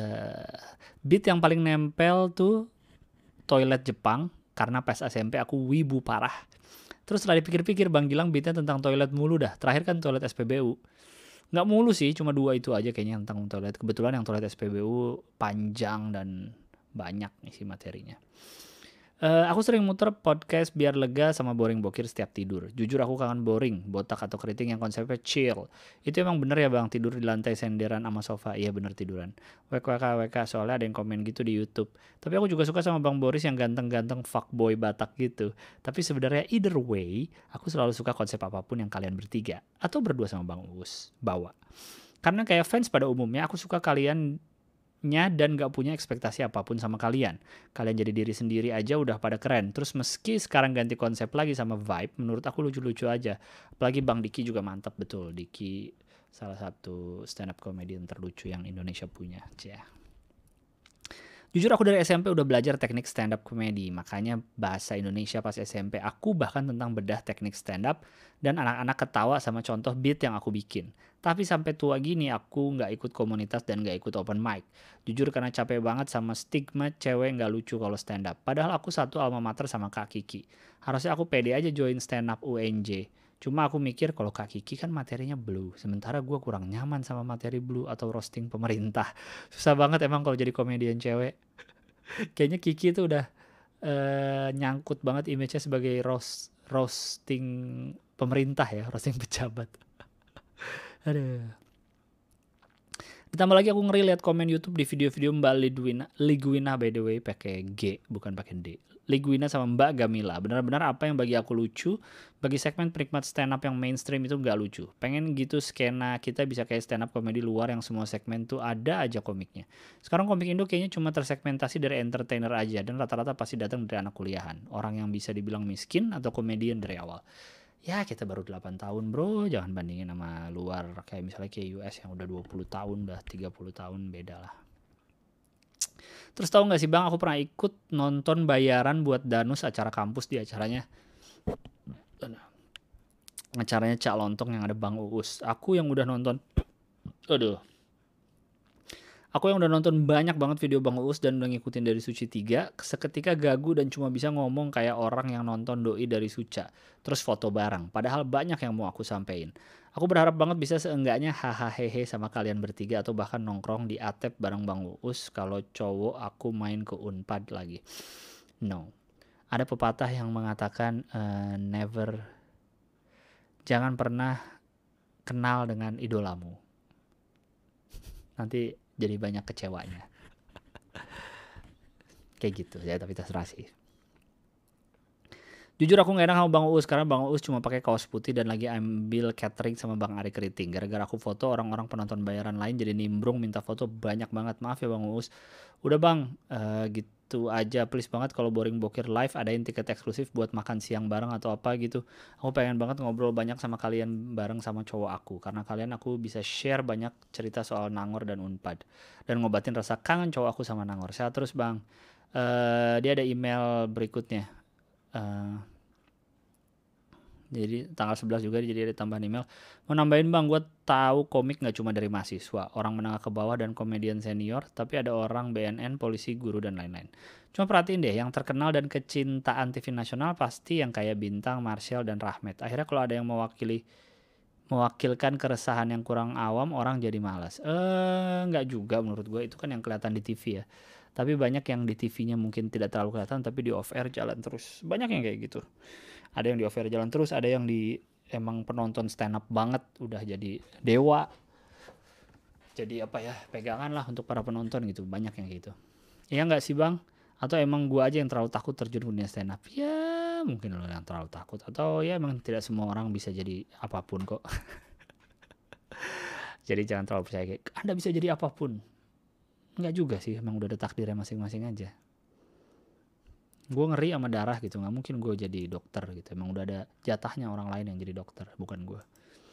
Beat yang paling nempel tuh toilet Jepang, karena pas SMP aku wibu parah. Terus setelah dipikir-pikir, Bang Gilang beatnya tentang toilet mulu dah. Terakhir kan toilet SPBU. Nggak mulu sih, cuma 2 itu aja kayaknya tentang toilet. Kebetulan yang toilet SPBU panjang dan banyak isi materinya. Aku sering muter podcast biar lega sama boring bokir setiap tidur. Jujur aku kangen boring, botak atau keriting yang konsepnya chill. Itu emang bener ya bang, tidur di lantai senderan sama sofa? Iya bener, tiduran. WK, soalnya ada yang komen gitu di YouTube. Tapi aku juga suka sama Bang Boris yang ganteng-ganteng fuckboy Batak gitu. Tapi sebenarnya either way, aku selalu suka konsep apapun yang kalian bertiga atau berdua sama Bang Uus bawa. Karena kayak fans pada umumnya, aku suka kalian dan gak punya ekspektasi apapun sama kalian. Kalian jadi diri sendiri aja udah pada keren. Terus meski sekarang ganti konsep lagi sama vibe, menurut aku lucu-lucu aja. Apalagi Bang Diki juga mantap betul. Diki salah satu stand up comedian terlucu yang Indonesia punya. Jujur aku dari SMP udah belajar teknik stand up comedy, makanya bahasa Indonesia pas SMP aku bahkan tentang bedah teknik stand up dan anak-anak ketawa sama contoh beat yang aku bikin. Tapi sampai tua gini aku nggak ikut komunitas dan nggak ikut open mic. Jujur karena capek banget sama stigma cewek nggak lucu kalau stand up. Padahal aku satu alma mater sama Kak Kiki. Harusnya aku pede aja join stand up UNJ. Cuma aku mikir kalau Kak Kiki kan materinya blue, sementara gue kurang nyaman sama materi blue atau roasting pemerintah. Susah banget emang kalau jadi komedian cewek. Kayaknya Kiki itu udah nyangkut banget image-nya sebagai roasting pemerintah ya, roasting pejabat. Aduh. Ditambah lagi aku ngeri lihat komen YouTube di video-video Mbak Liguina by the way pakai G bukan pakai D. Liguina sama Mbak Gamila. Benar-benar apa yang bagi aku lucu, bagi segmen penikmat stand up yang mainstream itu nggak lucu. Pengen gitu skena kita bisa kayak stand up komedi luar yang semua segmen tuh ada aja komiknya. Sekarang komik Indo kayaknya cuma tersegmentasi dari entertainer aja dan rata-rata pasti datang dari anak kuliahan. Orang yang bisa dibilang miskin atau komedian dari awal. Ya kita baru 8 tahun bro, jangan bandingin sama luar kayak misalnya kayak US yang udah 20 tahun, udah 30 tahun, beda lah. Terus tahu gak sih bang, aku pernah ikut nonton bayaran buat Danus acara kampus di acaranya Cak Lontong yang ada Bang Uus. Aku yang udah nonton banyak banget video Bang Uus dan udah ngikutin dari Suci 3, seketika gagu dan cuma bisa ngomong kayak orang yang nonton doi dari Suca, terus foto bareng. Padahal banyak yang mau aku sampein. Aku berharap banget bisa seenggaknya hahaha sama kalian bertiga atau bahkan nongkrong di Atep bareng Bang Uus kalau cowok aku main ke Unpad lagi. No. Ada pepatah yang mengatakan jangan pernah kenal dengan idolamu. Nanti jadi banyak kecewanya. Kayak gitu ya, tapi terserah sih. Jujur aku gak enak sama Bang Uus karena Bang Uus cuma pakai kaos putih dan lagi ambil catering sama Bang Ari Keriting. Gara-gara aku foto, orang-orang penonton bayaran lain jadi nimbrung minta foto banyak banget. Maaf ya Bang Uus. Udah Bang, gitu aja. Please banget kalau Boring Bokir live adain tiket eksklusif buat makan siang bareng atau apa gitu. Aku pengen banget ngobrol banyak sama kalian bareng sama cowok aku. Karena kalian aku bisa share banyak cerita soal Nangor dan Unpad. Dan ngobatin rasa kangen cowok aku sama Nangor. Sehat terus Bang. Dia ada email berikutnya. Jadi tanggal 11 juga jadi ada tambahan email. Mau nambahin Bang, gue tahu komik gak cuma dari mahasiswa, orang menengah ke bawah dan komedian senior, tapi ada orang BNN, polisi, guru dan lain-lain. Cuma perhatiin deh, yang terkenal dan kecintaan TV nasional pasti yang kayak Bintang, Marcel dan Rahmat. Akhirnya kalau ada yang mewakilkan keresahan yang kurang awam, orang jadi malas. Nggak juga menurut gue, itu kan yang kelihatan di TV ya. Tapi banyak yang di TV-nya mungkin tidak terlalu kelihatan, tapi di off-air jalan terus. Banyak yang kayak gitu. Ada yang di off-air jalan terus, ada yang di emang penonton stand up banget, udah jadi dewa. Jadi apa ya, pegangan lah untuk para penonton gitu. Banyak yang gitu. Iya nggak sih Bang? Atau emang gue aja yang terlalu takut terjun dunia stand up? Ya mungkin lo yang terlalu takut. Atau ya emang tidak semua orang bisa jadi apapun kok. Jadi jangan terlalu percaya kayak Anda bisa jadi apapun. Enggak juga sih, emang udah ada takdirnya masing-masing aja. Gue ngeri sama darah gitu, nggak mungkin gue jadi dokter gitu. Emang udah ada jatahnya orang lain yang jadi dokter, bukan gue.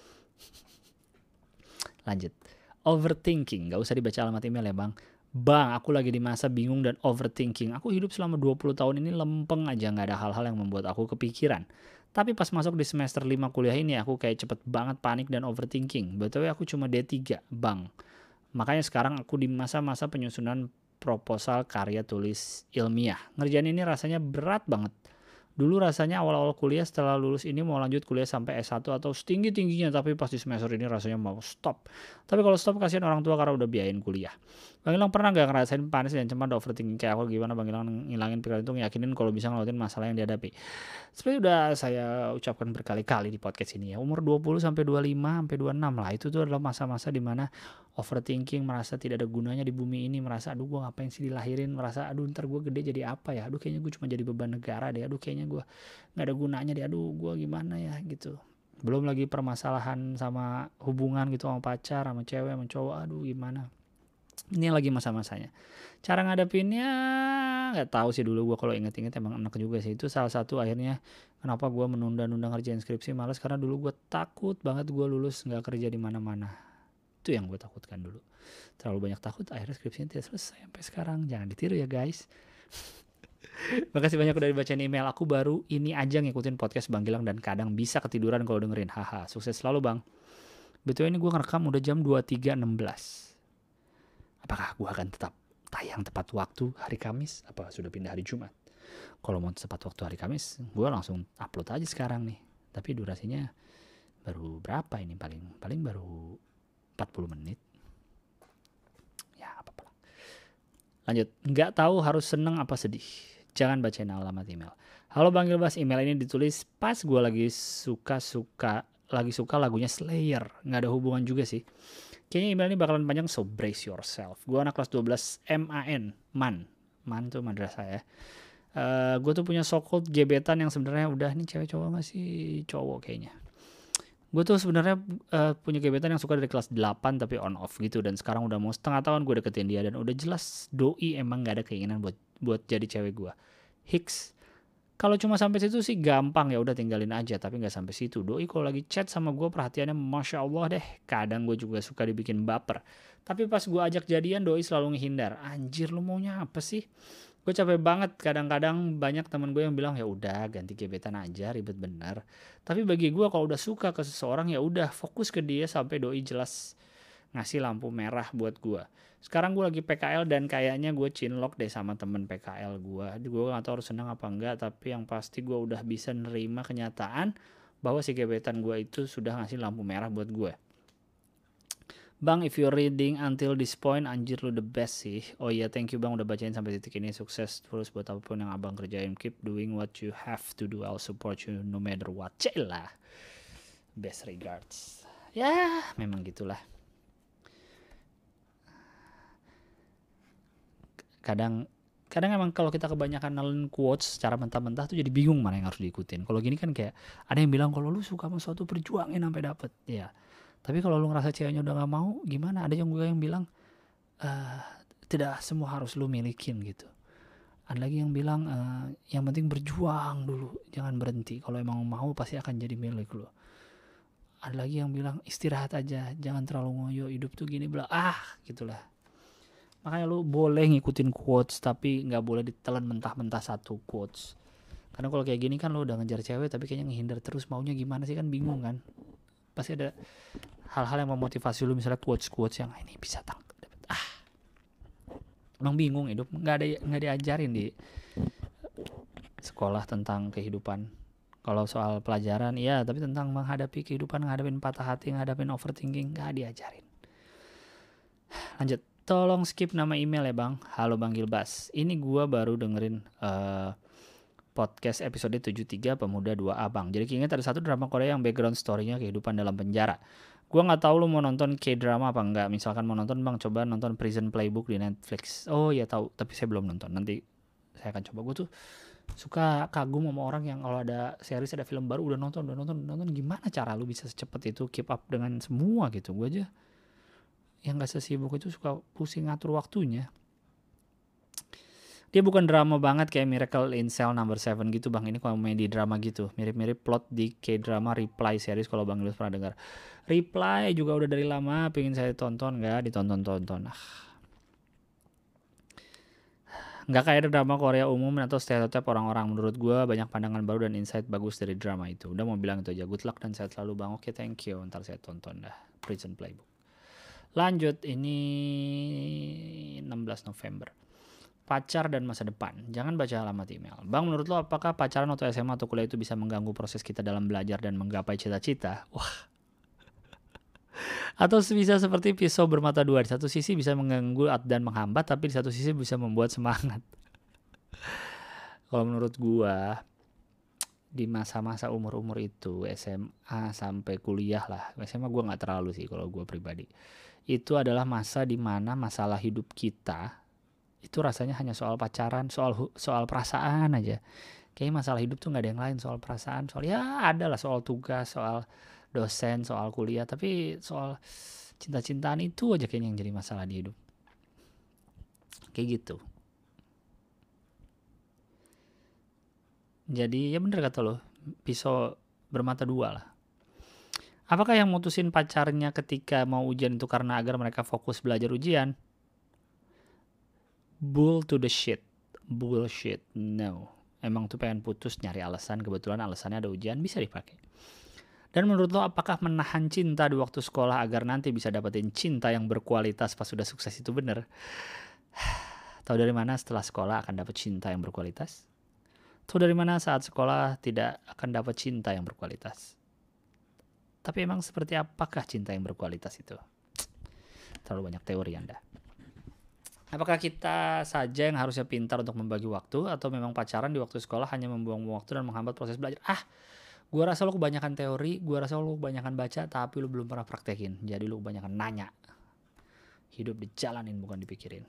Lanjut. Overthinking, nggak usah dibaca alamat email ya Bang. Bang, aku lagi di masa bingung dan overthinking. Aku hidup selama 20 tahun ini lempeng aja, nggak ada hal-hal yang membuat aku kepikiran. Tapi pas masuk di semester 5 kuliah ini aku kayak cepet banget panik dan overthinking. BTW aku cuma D3, Bang. Makanya sekarang aku di masa-masa penyusunan proposal karya tulis ilmiah. Ngerjain ini rasanya berat banget. Dulu rasanya awal-awal kuliah setelah lulus ini mau lanjut kuliah sampai S1 atau setinggi-tingginya, tapi pas di semester ini rasanya mau stop. Tapi kalau stop kasihan orang tua karena udah biayain kuliah. Bang Ilham pernah gak ngerasain panis dan cemas overthinking kayak aku? Gimana Bang Ilham ngilangin pikiran itu, yakinin kalau bisa ngelakuin masalah yang dihadapi? Sebenarnya udah saya ucapkan berkali-kali di podcast ini ya. Umur 20 sampai 25 sampai 26 lah. Itu tuh adalah masa-masa dimana overthinking, merasa tidak ada gunanya di bumi ini, merasa aduh gue ngapain sih dilahirin, merasa aduh ntar gue gede jadi apa ya, aduh kayaknya gue cuma jadi beban negara deh, aduh kayaknya gue nggak ada gunanya deh, aduh gue gimana ya gitu. Belum lagi permasalahan sama hubungan gitu, sama pacar, sama cewek, sama cowok, aduh gimana. Ini lagi masa-masanya. Cara ngadepinnya nggak tahu sih, dulu gue kalau inget-inget emang enak juga sih. Itu salah satu akhirnya kenapa gue menunda-nunda ngerjain skripsi, males karena dulu gue takut banget gue lulus nggak kerja di mana-mana. Itu yang gue takutkan dulu. Terlalu banyak takut, akhirnya skripsinya tidak selesai sampai sekarang. Jangan ditiru ya guys. Makasih banyak udah dibacain email. Aku baru ini aja ngikutin podcast Bang Gilang dan kadang bisa ketiduran kalau dengerin. Haha, sukses selalu Bang. Betul ini gue ngerekam udah jam 23.16. Apakah gue akan tetap tayang tepat waktu hari Kamis? Apa sudah pindah hari Jumat? Kalau mau tepat waktu hari Kamis, gue langsung upload aja sekarang nih. Tapi durasinya baru berapa ini? Paling baru 40 menit. Ya apa-apa. Lanjut. Nggak tahu harus seneng apa sedih. Jangan bacain alamat email. Halo Bang Gilbas, email ini ditulis pas gue lagi suka lagunya Slayer. Nggak ada hubungan juga sih. Kayaknya email ini bakalan panjang, so brace yourself. Gue anak kelas 12 MAN. Man tuh madrasah ya. Gue tuh punya so-called gebetan yang sebenarnya udah nih cewek cowok nggak sih? Cowok kayaknya. Gue tuh sebenarnya punya gebetan yang suka dari kelas 8 tapi on off gitu, dan sekarang udah mau setengah tahun gue deketin dia dan udah jelas doi emang gak ada keinginan buat jadi cewek gue. Hicks. Kalau cuma sampai situ sih gampang, ya udah tinggalin aja, tapi nggak sampai situ. Doi kalau lagi chat sama gue perhatiannya masya Allah deh. Kadang gue juga suka dibikin baper. Tapi pas gue ajak jadian doi selalu ngehindar. Anjir lu maunya apa sih? Gue capek banget. Kadang-kadang banyak teman gue yang bilang ya udah ganti gebetan aja, ribet bener. Tapi bagi gue kalau udah suka ke seseorang ya udah fokus ke dia sampai doi jelas ngasih lampu merah buat gue. Sekarang gue lagi PKL dan kayaknya gue cinlok deh sama temen PKL gue. Gue gak tahu harus senang apa enggak, tapi yang pasti gue udah bisa nerima kenyataan bahwa si gebetan gue itu sudah ngasih lampu merah buat gue. Bang, if you're reading until this point, anjir lu the best sih. Oh iya, thank you bang udah bacain sampai titik ini. Sukses terus buat apapun yang abang kerjain. Keep doing what you have to do. I'll support you no matter what. Celah. Best regards. Ya, memang gitulah. Kadang emang kalau kita kebanyakan nelen quotes secara mentah-mentah tuh jadi bingung mana yang harus diikutin. Kalau gini kan kayak ada yang bilang kalau lu suka sama suatu perjuangin sampai dapet. Ya. Tapi kalau lu ngerasa ceweknya udah gak mau, gimana? Ada yang bilang, tidak semua harus lu milikin gitu. Ada lagi yang bilang, yang penting berjuang dulu, jangan berhenti. Kalau emang mau pasti akan jadi milik lu. Ada lagi yang bilang, istirahat aja, jangan terlalu ngoyo, hidup tuh gini, gitulah. Makanya lu boleh ngikutin quotes, tapi gak boleh ditelan mentah-mentah satu quotes. Karena kalau kayak gini kan lu udah ngejar cewek, tapi kayaknya ngehindar terus, maunya gimana sih, kan bingung kan. Pasti ada hal-hal yang memotivasi lu, misalnya quotes-quotes yang ini bisa tangkap. Emang bingung hidup, nggak diajarin di sekolah tentang kehidupan. Kalau soal pelajaran iya, tapi tentang menghadapi kehidupan, ngadepin patah hati, ngadepin overthinking, nggak diajarin. Lanjut, tolong skip nama email ya bang. Halo Bang Gilbas, ini gua baru dengerin podcast episode 73 Pemuda 2A bang. Jadi keinget ada satu drama Korea yang background story-nya kehidupan dalam penjara. Gua gak tahu lu mau nonton K-drama apa enggak. Misalkan mau nonton bang, coba nonton Prison Playbook di Netflix. Oh ya tahu, tapi saya belum nonton. Nanti saya akan coba. Gue tuh suka kagum sama orang yang kalau ada series, ada film baru udah nonton. Gimana cara lu bisa secepat itu keep up dengan semua gitu. Gue aja yang gak sesibuk itu suka pusing ngatur waktunya. Dia bukan drama banget kayak Miracle in Cell No. 7 gitu bang. Ini komedi drama gitu. Mirip-mirip plot di K-drama Reply series kalau Bang Gilbas pernah dengar. Reply juga udah dari lama pengen saya tonton, nggak ditonton. Nggak kayak drama Korea umum atau stereotip orang-orang. Menurut gue banyak pandangan baru dan insight bagus dari drama itu. Udah mau bilang itu aja. Good luck dan sehat selalu bang. Oke, thank you. Ntar saya tonton dah Prison Playbook. Lanjut, ini 16 November. Pacar dan masa depan. Jangan baca alamat email. Bang, menurut lo apakah pacaran waktu SMA atau kuliah itu bisa mengganggu proses kita dalam belajar dan menggapai cita-cita? Wah. Atau bisa seperti pisau bermata dua. Di satu sisi bisa mengganggu dan menghambat, tapi di satu sisi bisa membuat semangat. Kalau menurut gua, di masa-masa umur-umur itu, SMA sampai kuliah lah. SMA gua gak terlalu sih kalau gua pribadi. Itu adalah masa dimana masalah hidup kita itu rasanya hanya soal pacaran, soal perasaan aja. Kayaknya masalah hidup tuh nggak ada yang lain, soal perasaan, soal ya ada lah, soal tugas, soal dosen, soal kuliah, tapi soal cinta-cintaan itu aja kayaknya yang jadi masalah di hidup. Kayak gitu. Jadi ya bener kata lo, pisau bermata dua lah. Apakah yang mutusin pacarnya ketika mau ujian itu karena agar mereka fokus belajar ujian? Bull to the shit. Bullshit. No. Emang tuh pengen putus, nyari alasan. Kebetulan alasannya ada ujian, bisa dipakai. Dan menurut lo apakah menahan cinta di waktu sekolah agar nanti bisa dapetin cinta yang berkualitas pas sudah sukses itu bener? Tahu dari mana setelah sekolah akan dapet cinta yang berkualitas? Tahu dari mana saat sekolah tidak akan dapet cinta yang berkualitas? Tapi emang seperti apakah cinta yang berkualitas itu? Terlalu banyak teori Anda. Apakah kita saja yang harusnya pintar untuk membagi waktu, atau memang pacaran di waktu sekolah hanya membuang waktu dan menghambat proses belajar? Gue rasa lo kebanyakan teori, gue rasa lo kebanyakan baca, tapi lo belum pernah praktekin. Jadi lo kebanyakan nanya. Hidup dijalanin bukan dipikirin.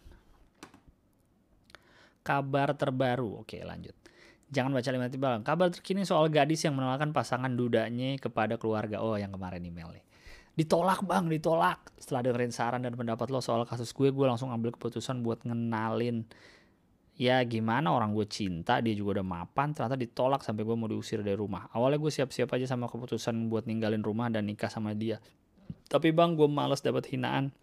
Kabar terbaru, oke lanjut. Jangan baca 5 detik bang. Kabar terkini soal gadis yang menolakkan pasangan dudanya kepada keluarga. Oh, yang kemarin email nih. Ditolak bang, ditolak. Setelah dengerin saran dan pendapat lo soal kasus gue langsung ambil keputusan buat ngenalin. Ya gimana, orang gue cinta, dia juga udah mapan, ternyata ditolak sampai gue mau diusir dari rumah. Awalnya gue siap-siap aja sama keputusan buat ninggalin rumah dan nikah sama dia. Tapi bang, gue males dapet hinaan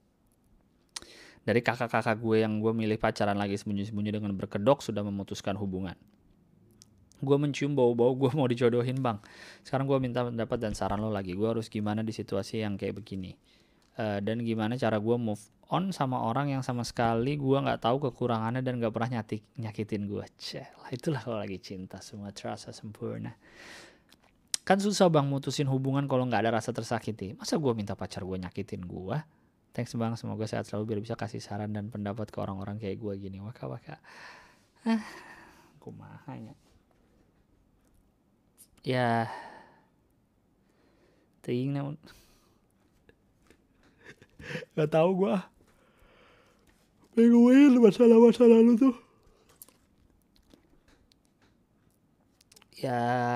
dari kakak-kakak gue yang gue milih pacaran lagi sembunyi-sembunyi dengan berkedok sudah memutuskan hubungan. Gue mencium bau-bau gue mau dijodohin bang. Sekarang gue minta pendapat dan saran lo lagi. Gue harus gimana di situasi yang kayak begini. Dan gimana cara gue move on sama orang yang sama sekali gue gak tahu kekurangannya dan gak pernah nyakitin gue. Itulah kalau lagi cinta, semua terasa sempurna. Kan susah bang mutusin hubungan kalau nggak ada rasa tersakiti. Masa gue minta pacar gue nyakitin gue? Thanks bang, semoga sehat selalu biar bisa kasih saran dan pendapat ke orang-orang kayak gue gini. Waka. Kumahanya. Ya, ting namun. Gak tahu gue. Penguin masalah-masalah lu tuh. Ya,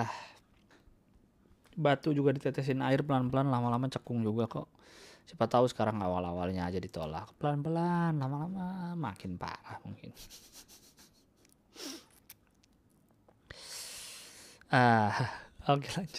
batu juga ditetesin air pelan-pelan, lama-lama cekung juga kok. Siapa tahu sekarang awal-awalnya aja ditolak, pelan-pelan, lama-lama makin parah mungkin. Oke lanjut.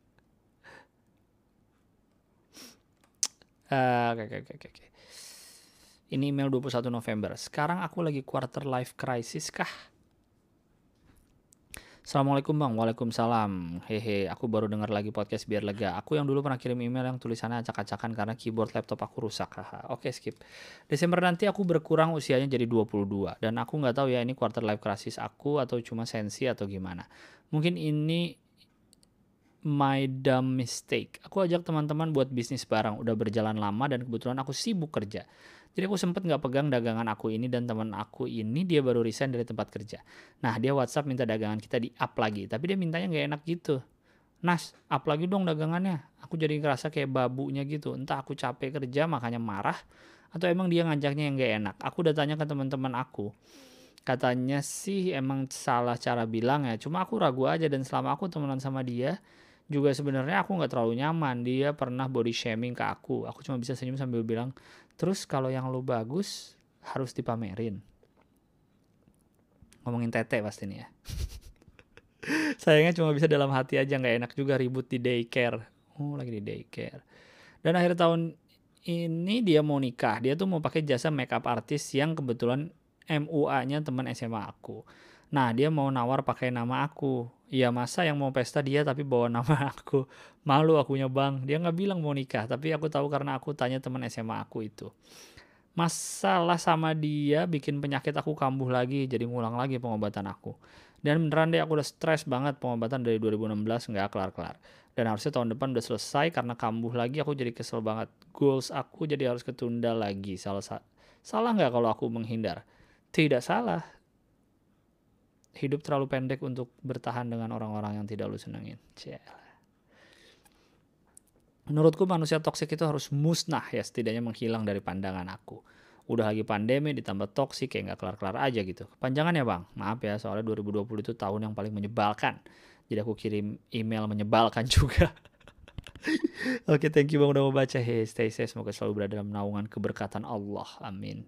Oke. Ini email 21 November. Sekarang aku lagi quarter life crisis kah? Assalamualaikum bang, waalaikumsalam. Hehe, aku baru dengar lagi podcast biar lega. Aku yang dulu pernah kirim email yang tulisannya acak-acakan karena keyboard laptop aku rusak. Haha. Oke skip. Desember nanti aku berkurang usianya jadi 22. Dan aku nggak tahu ya ini quarter life crisis aku atau cuma sensi atau gimana. Mungkin ini my dumb mistake. Aku ajak teman-teman buat bisnis bareng. Udah berjalan lama dan kebetulan aku sibuk kerja. Jadi aku sempet gak pegang dagangan aku ini dan teman aku ini dia baru resign dari tempat kerja. Nah dia WhatsApp minta dagangan kita di up lagi. Tapi dia mintanya gak enak gitu. Nas, up lagi dong dagangannya. Aku jadi ngerasa kayak babunya gitu. Entah aku capek kerja makanya marah. Atau emang dia ngajaknya yang gak enak. Aku udah tanya ke teman-teman aku. Katanya sih emang salah cara bilang ya. Cuma aku ragu aja dan selama aku temenan sama dia juga sebenarnya aku nggak terlalu nyaman. Dia pernah body shaming ke aku. Aku cuma bisa senyum sambil bilang, terus kalau yang lu bagus harus dipamerin. Ngomongin tete pasti nih ya. Sayangnya cuma bisa dalam hati aja, nggak enak juga ribut di daycare. Oh lagi di daycare. Dan akhir tahun ini dia mau nikah. Dia tuh mau pakai jasa makeup artist yang kebetulan MUA-nya teman SMA aku. Nah dia mau nawar pakai nama aku. Ya masa yang mau pesta dia tapi bawa nama aku. Malu akunya bang. Dia gak bilang mau nikah. Tapi aku tahu karena aku tanya teman SMA aku itu. Masalah sama dia bikin penyakit aku kambuh lagi. Jadi ngulang lagi pengobatan aku. Dan beneran deh aku udah stres banget pengobatan dari 2016 gak kelar-kelar. Dan harusnya tahun depan udah selesai karena kambuh lagi aku jadi kesel banget. Goals aku jadi harus ketunda lagi. Salah gak kalau aku menghindar? Tidak salah. Hidup terlalu pendek untuk bertahan dengan orang-orang yang tidak lu senengin. Menurutku manusia toksik itu harus musnah ya, setidaknya menghilang dari pandangan aku. Udah lagi pandemi ditambah toksik kayak gak kelar-kelar aja gitu. Kepanjangan ya bang, maaf ya soalnya 2020 itu tahun yang paling menyebalkan. Jadi aku kirim email menyebalkan juga. Oke, thank you bang udah mau baca. Hey, stay safe, semoga selalu berada dalam naungan keberkatan Allah. Amin.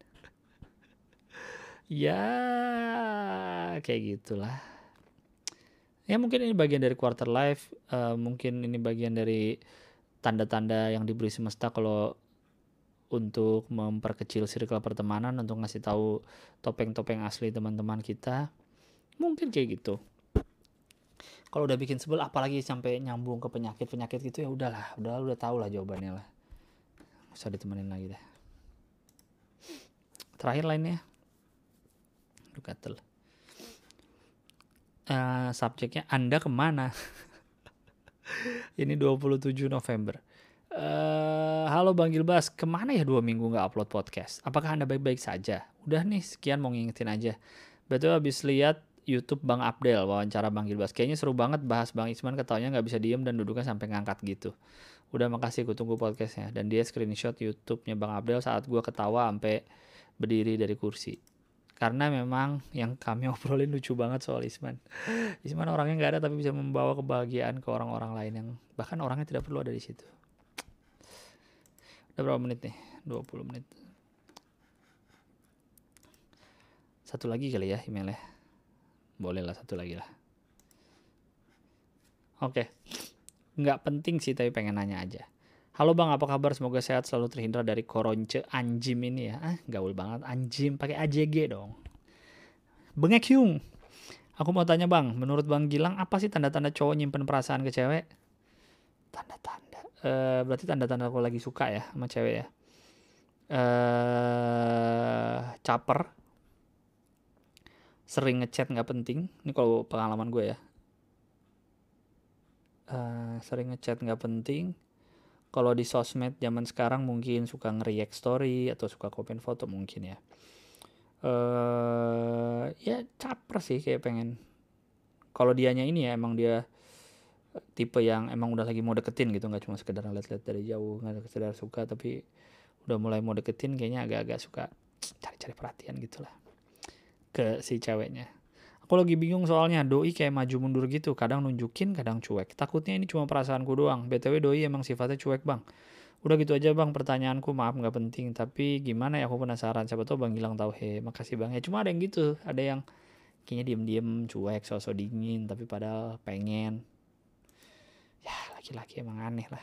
Ya, kayak gitulah. Ya mungkin ini bagian dari quarter life, mungkin ini bagian dari tanda-tanda yang diberi semesta kalau untuk memperkecil circle pertemanan, untuk ngasih tahu topeng-topeng asli teman-teman kita. Mungkin kayak gitu. Kalau udah bikin sebel apalagi sampai nyambung ke penyakit gitu ya udahlah, udah tahu lah jawabannya lah. Nggak usah ditemenin lagi deh. Terakhir lainnya. Aduh gatel. Subjeknya Anda kemana? Ini 27 November. Halo Bang Gilbas, kemana ya 2 minggu gak upload podcast? Apakah Anda baik-baik saja? Udah nih, sekian mau ngingetin aja. Betul habis lihat YouTube Bang Abdel, wawancara Bang Gilbas. Kayaknya seru banget bahas Bang Isman, ketawanya gak bisa diem dan duduknya sampai ngangkat gitu. Udah makasih, gue tunggu podcastnya. Dan dia screenshot YouTube-nya Bang Abdel saat gue ketawa sampai berdiri dari kursi. Karena memang yang kami obrolin lucu banget soal Isman. Isman orangnya gak ada tapi bisa membawa kebahagiaan ke orang-orang lain yang bahkan orangnya tidak perlu ada di situ. Udah berapa menit nih? 20 menit. Satu lagi kali ya emailnya. Boleh lah satu lagi lah. Oke. Nggak penting sih tapi pengen nanya aja. Halo bang, apa kabar? Semoga sehat selalu terhindar dari koronce anjim ini ya. Gaul banget anjim, pakai AJG dong. Bengek Hyung. Aku mau tanya bang, menurut Bang Gilang apa sih tanda-tanda cowok nyimpen perasaan ke cewek? Tanda-tanda. Berarti tanda-tanda aku lagi suka ya sama cewek ya. Caper. Sering ngechat nggak penting. Ini kalau pengalaman gue ya. sering ngechat nggak penting. Kalau di sosmed zaman sekarang mungkin suka nge-react story atau suka komen foto mungkin ya. Ya caper sih, kayak pengen. Kalau dianya ini ya emang dia tipe yang emang udah lagi mau deketin gitu, nggak cuma sekedar ngeliat-liat dari jauh, nggak sekedar suka, tapi udah mulai mau deketin, kayaknya agak-agak suka cari-cari perhatian gitulah ke si ceweknya. Aku lagi bingung soalnya doi kayak maju mundur gitu, kadang nunjukin kadang cuek. Takutnya ini cuma perasaanku doang. BTW doi emang sifatnya cuek bang. Udah gitu aja bang pertanyaanku, maaf nggak penting, tapi gimana ya, aku penasaran, siapa tahu bang Gilang tahu. Makasih bang. Ya cuma ada yang gitu, ada yang kayaknya diem-diem cuek, sosok dingin, tapi padahal pengen. Ya laki-laki emang aneh lah.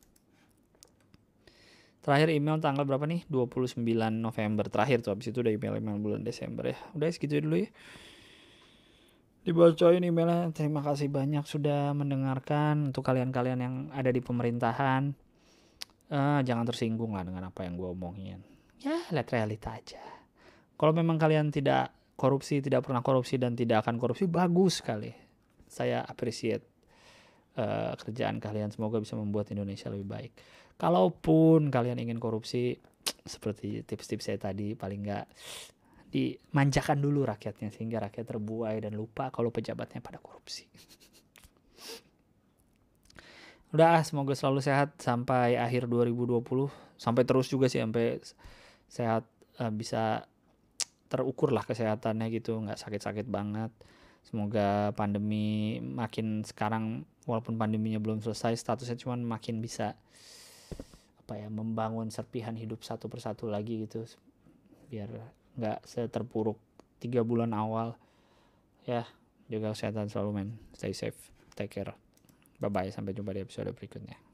Terakhir email tanggal berapa nih? 29 November terakhir tuh. Habis itu udah email bulan Desember ya. Udah segitu dulu ya. Dibacain emailnya. Terima kasih banyak sudah mendengarkan. Untuk kalian-kalian yang ada di pemerintahan, jangan tersinggung lah dengan apa yang gue omongin. Ya lihat realita aja. Kalau memang kalian tidak korupsi, tidak pernah korupsi dan tidak akan korupsi, bagus sekali. Saya appreciate kerjaan kalian. Semoga bisa membuat Indonesia lebih baik. Kalaupun kalian ingin korupsi, seperti tips-tips saya tadi, paling nggak dimanjakan dulu rakyatnya sehingga rakyat terbuai dan lupa kalau pejabatnya pada korupsi. Udah, semoga selalu sehat sampai akhir 2020, sampai terus juga sih, sampai sehat, bisa terukur lah kesehatannya gitu, nggak sakit-sakit banget. Semoga pandemi makin sekarang, walaupun pandeminya belum selesai, statusnya cuman makin bisa membangun serpihan hidup satu persatu lagi gitu, biar nggak seterpuruk 3 bulan awal ya. Jaga kesehatan selalu men, stay safe, take care, bye bye, sampai jumpa di episode berikutnya.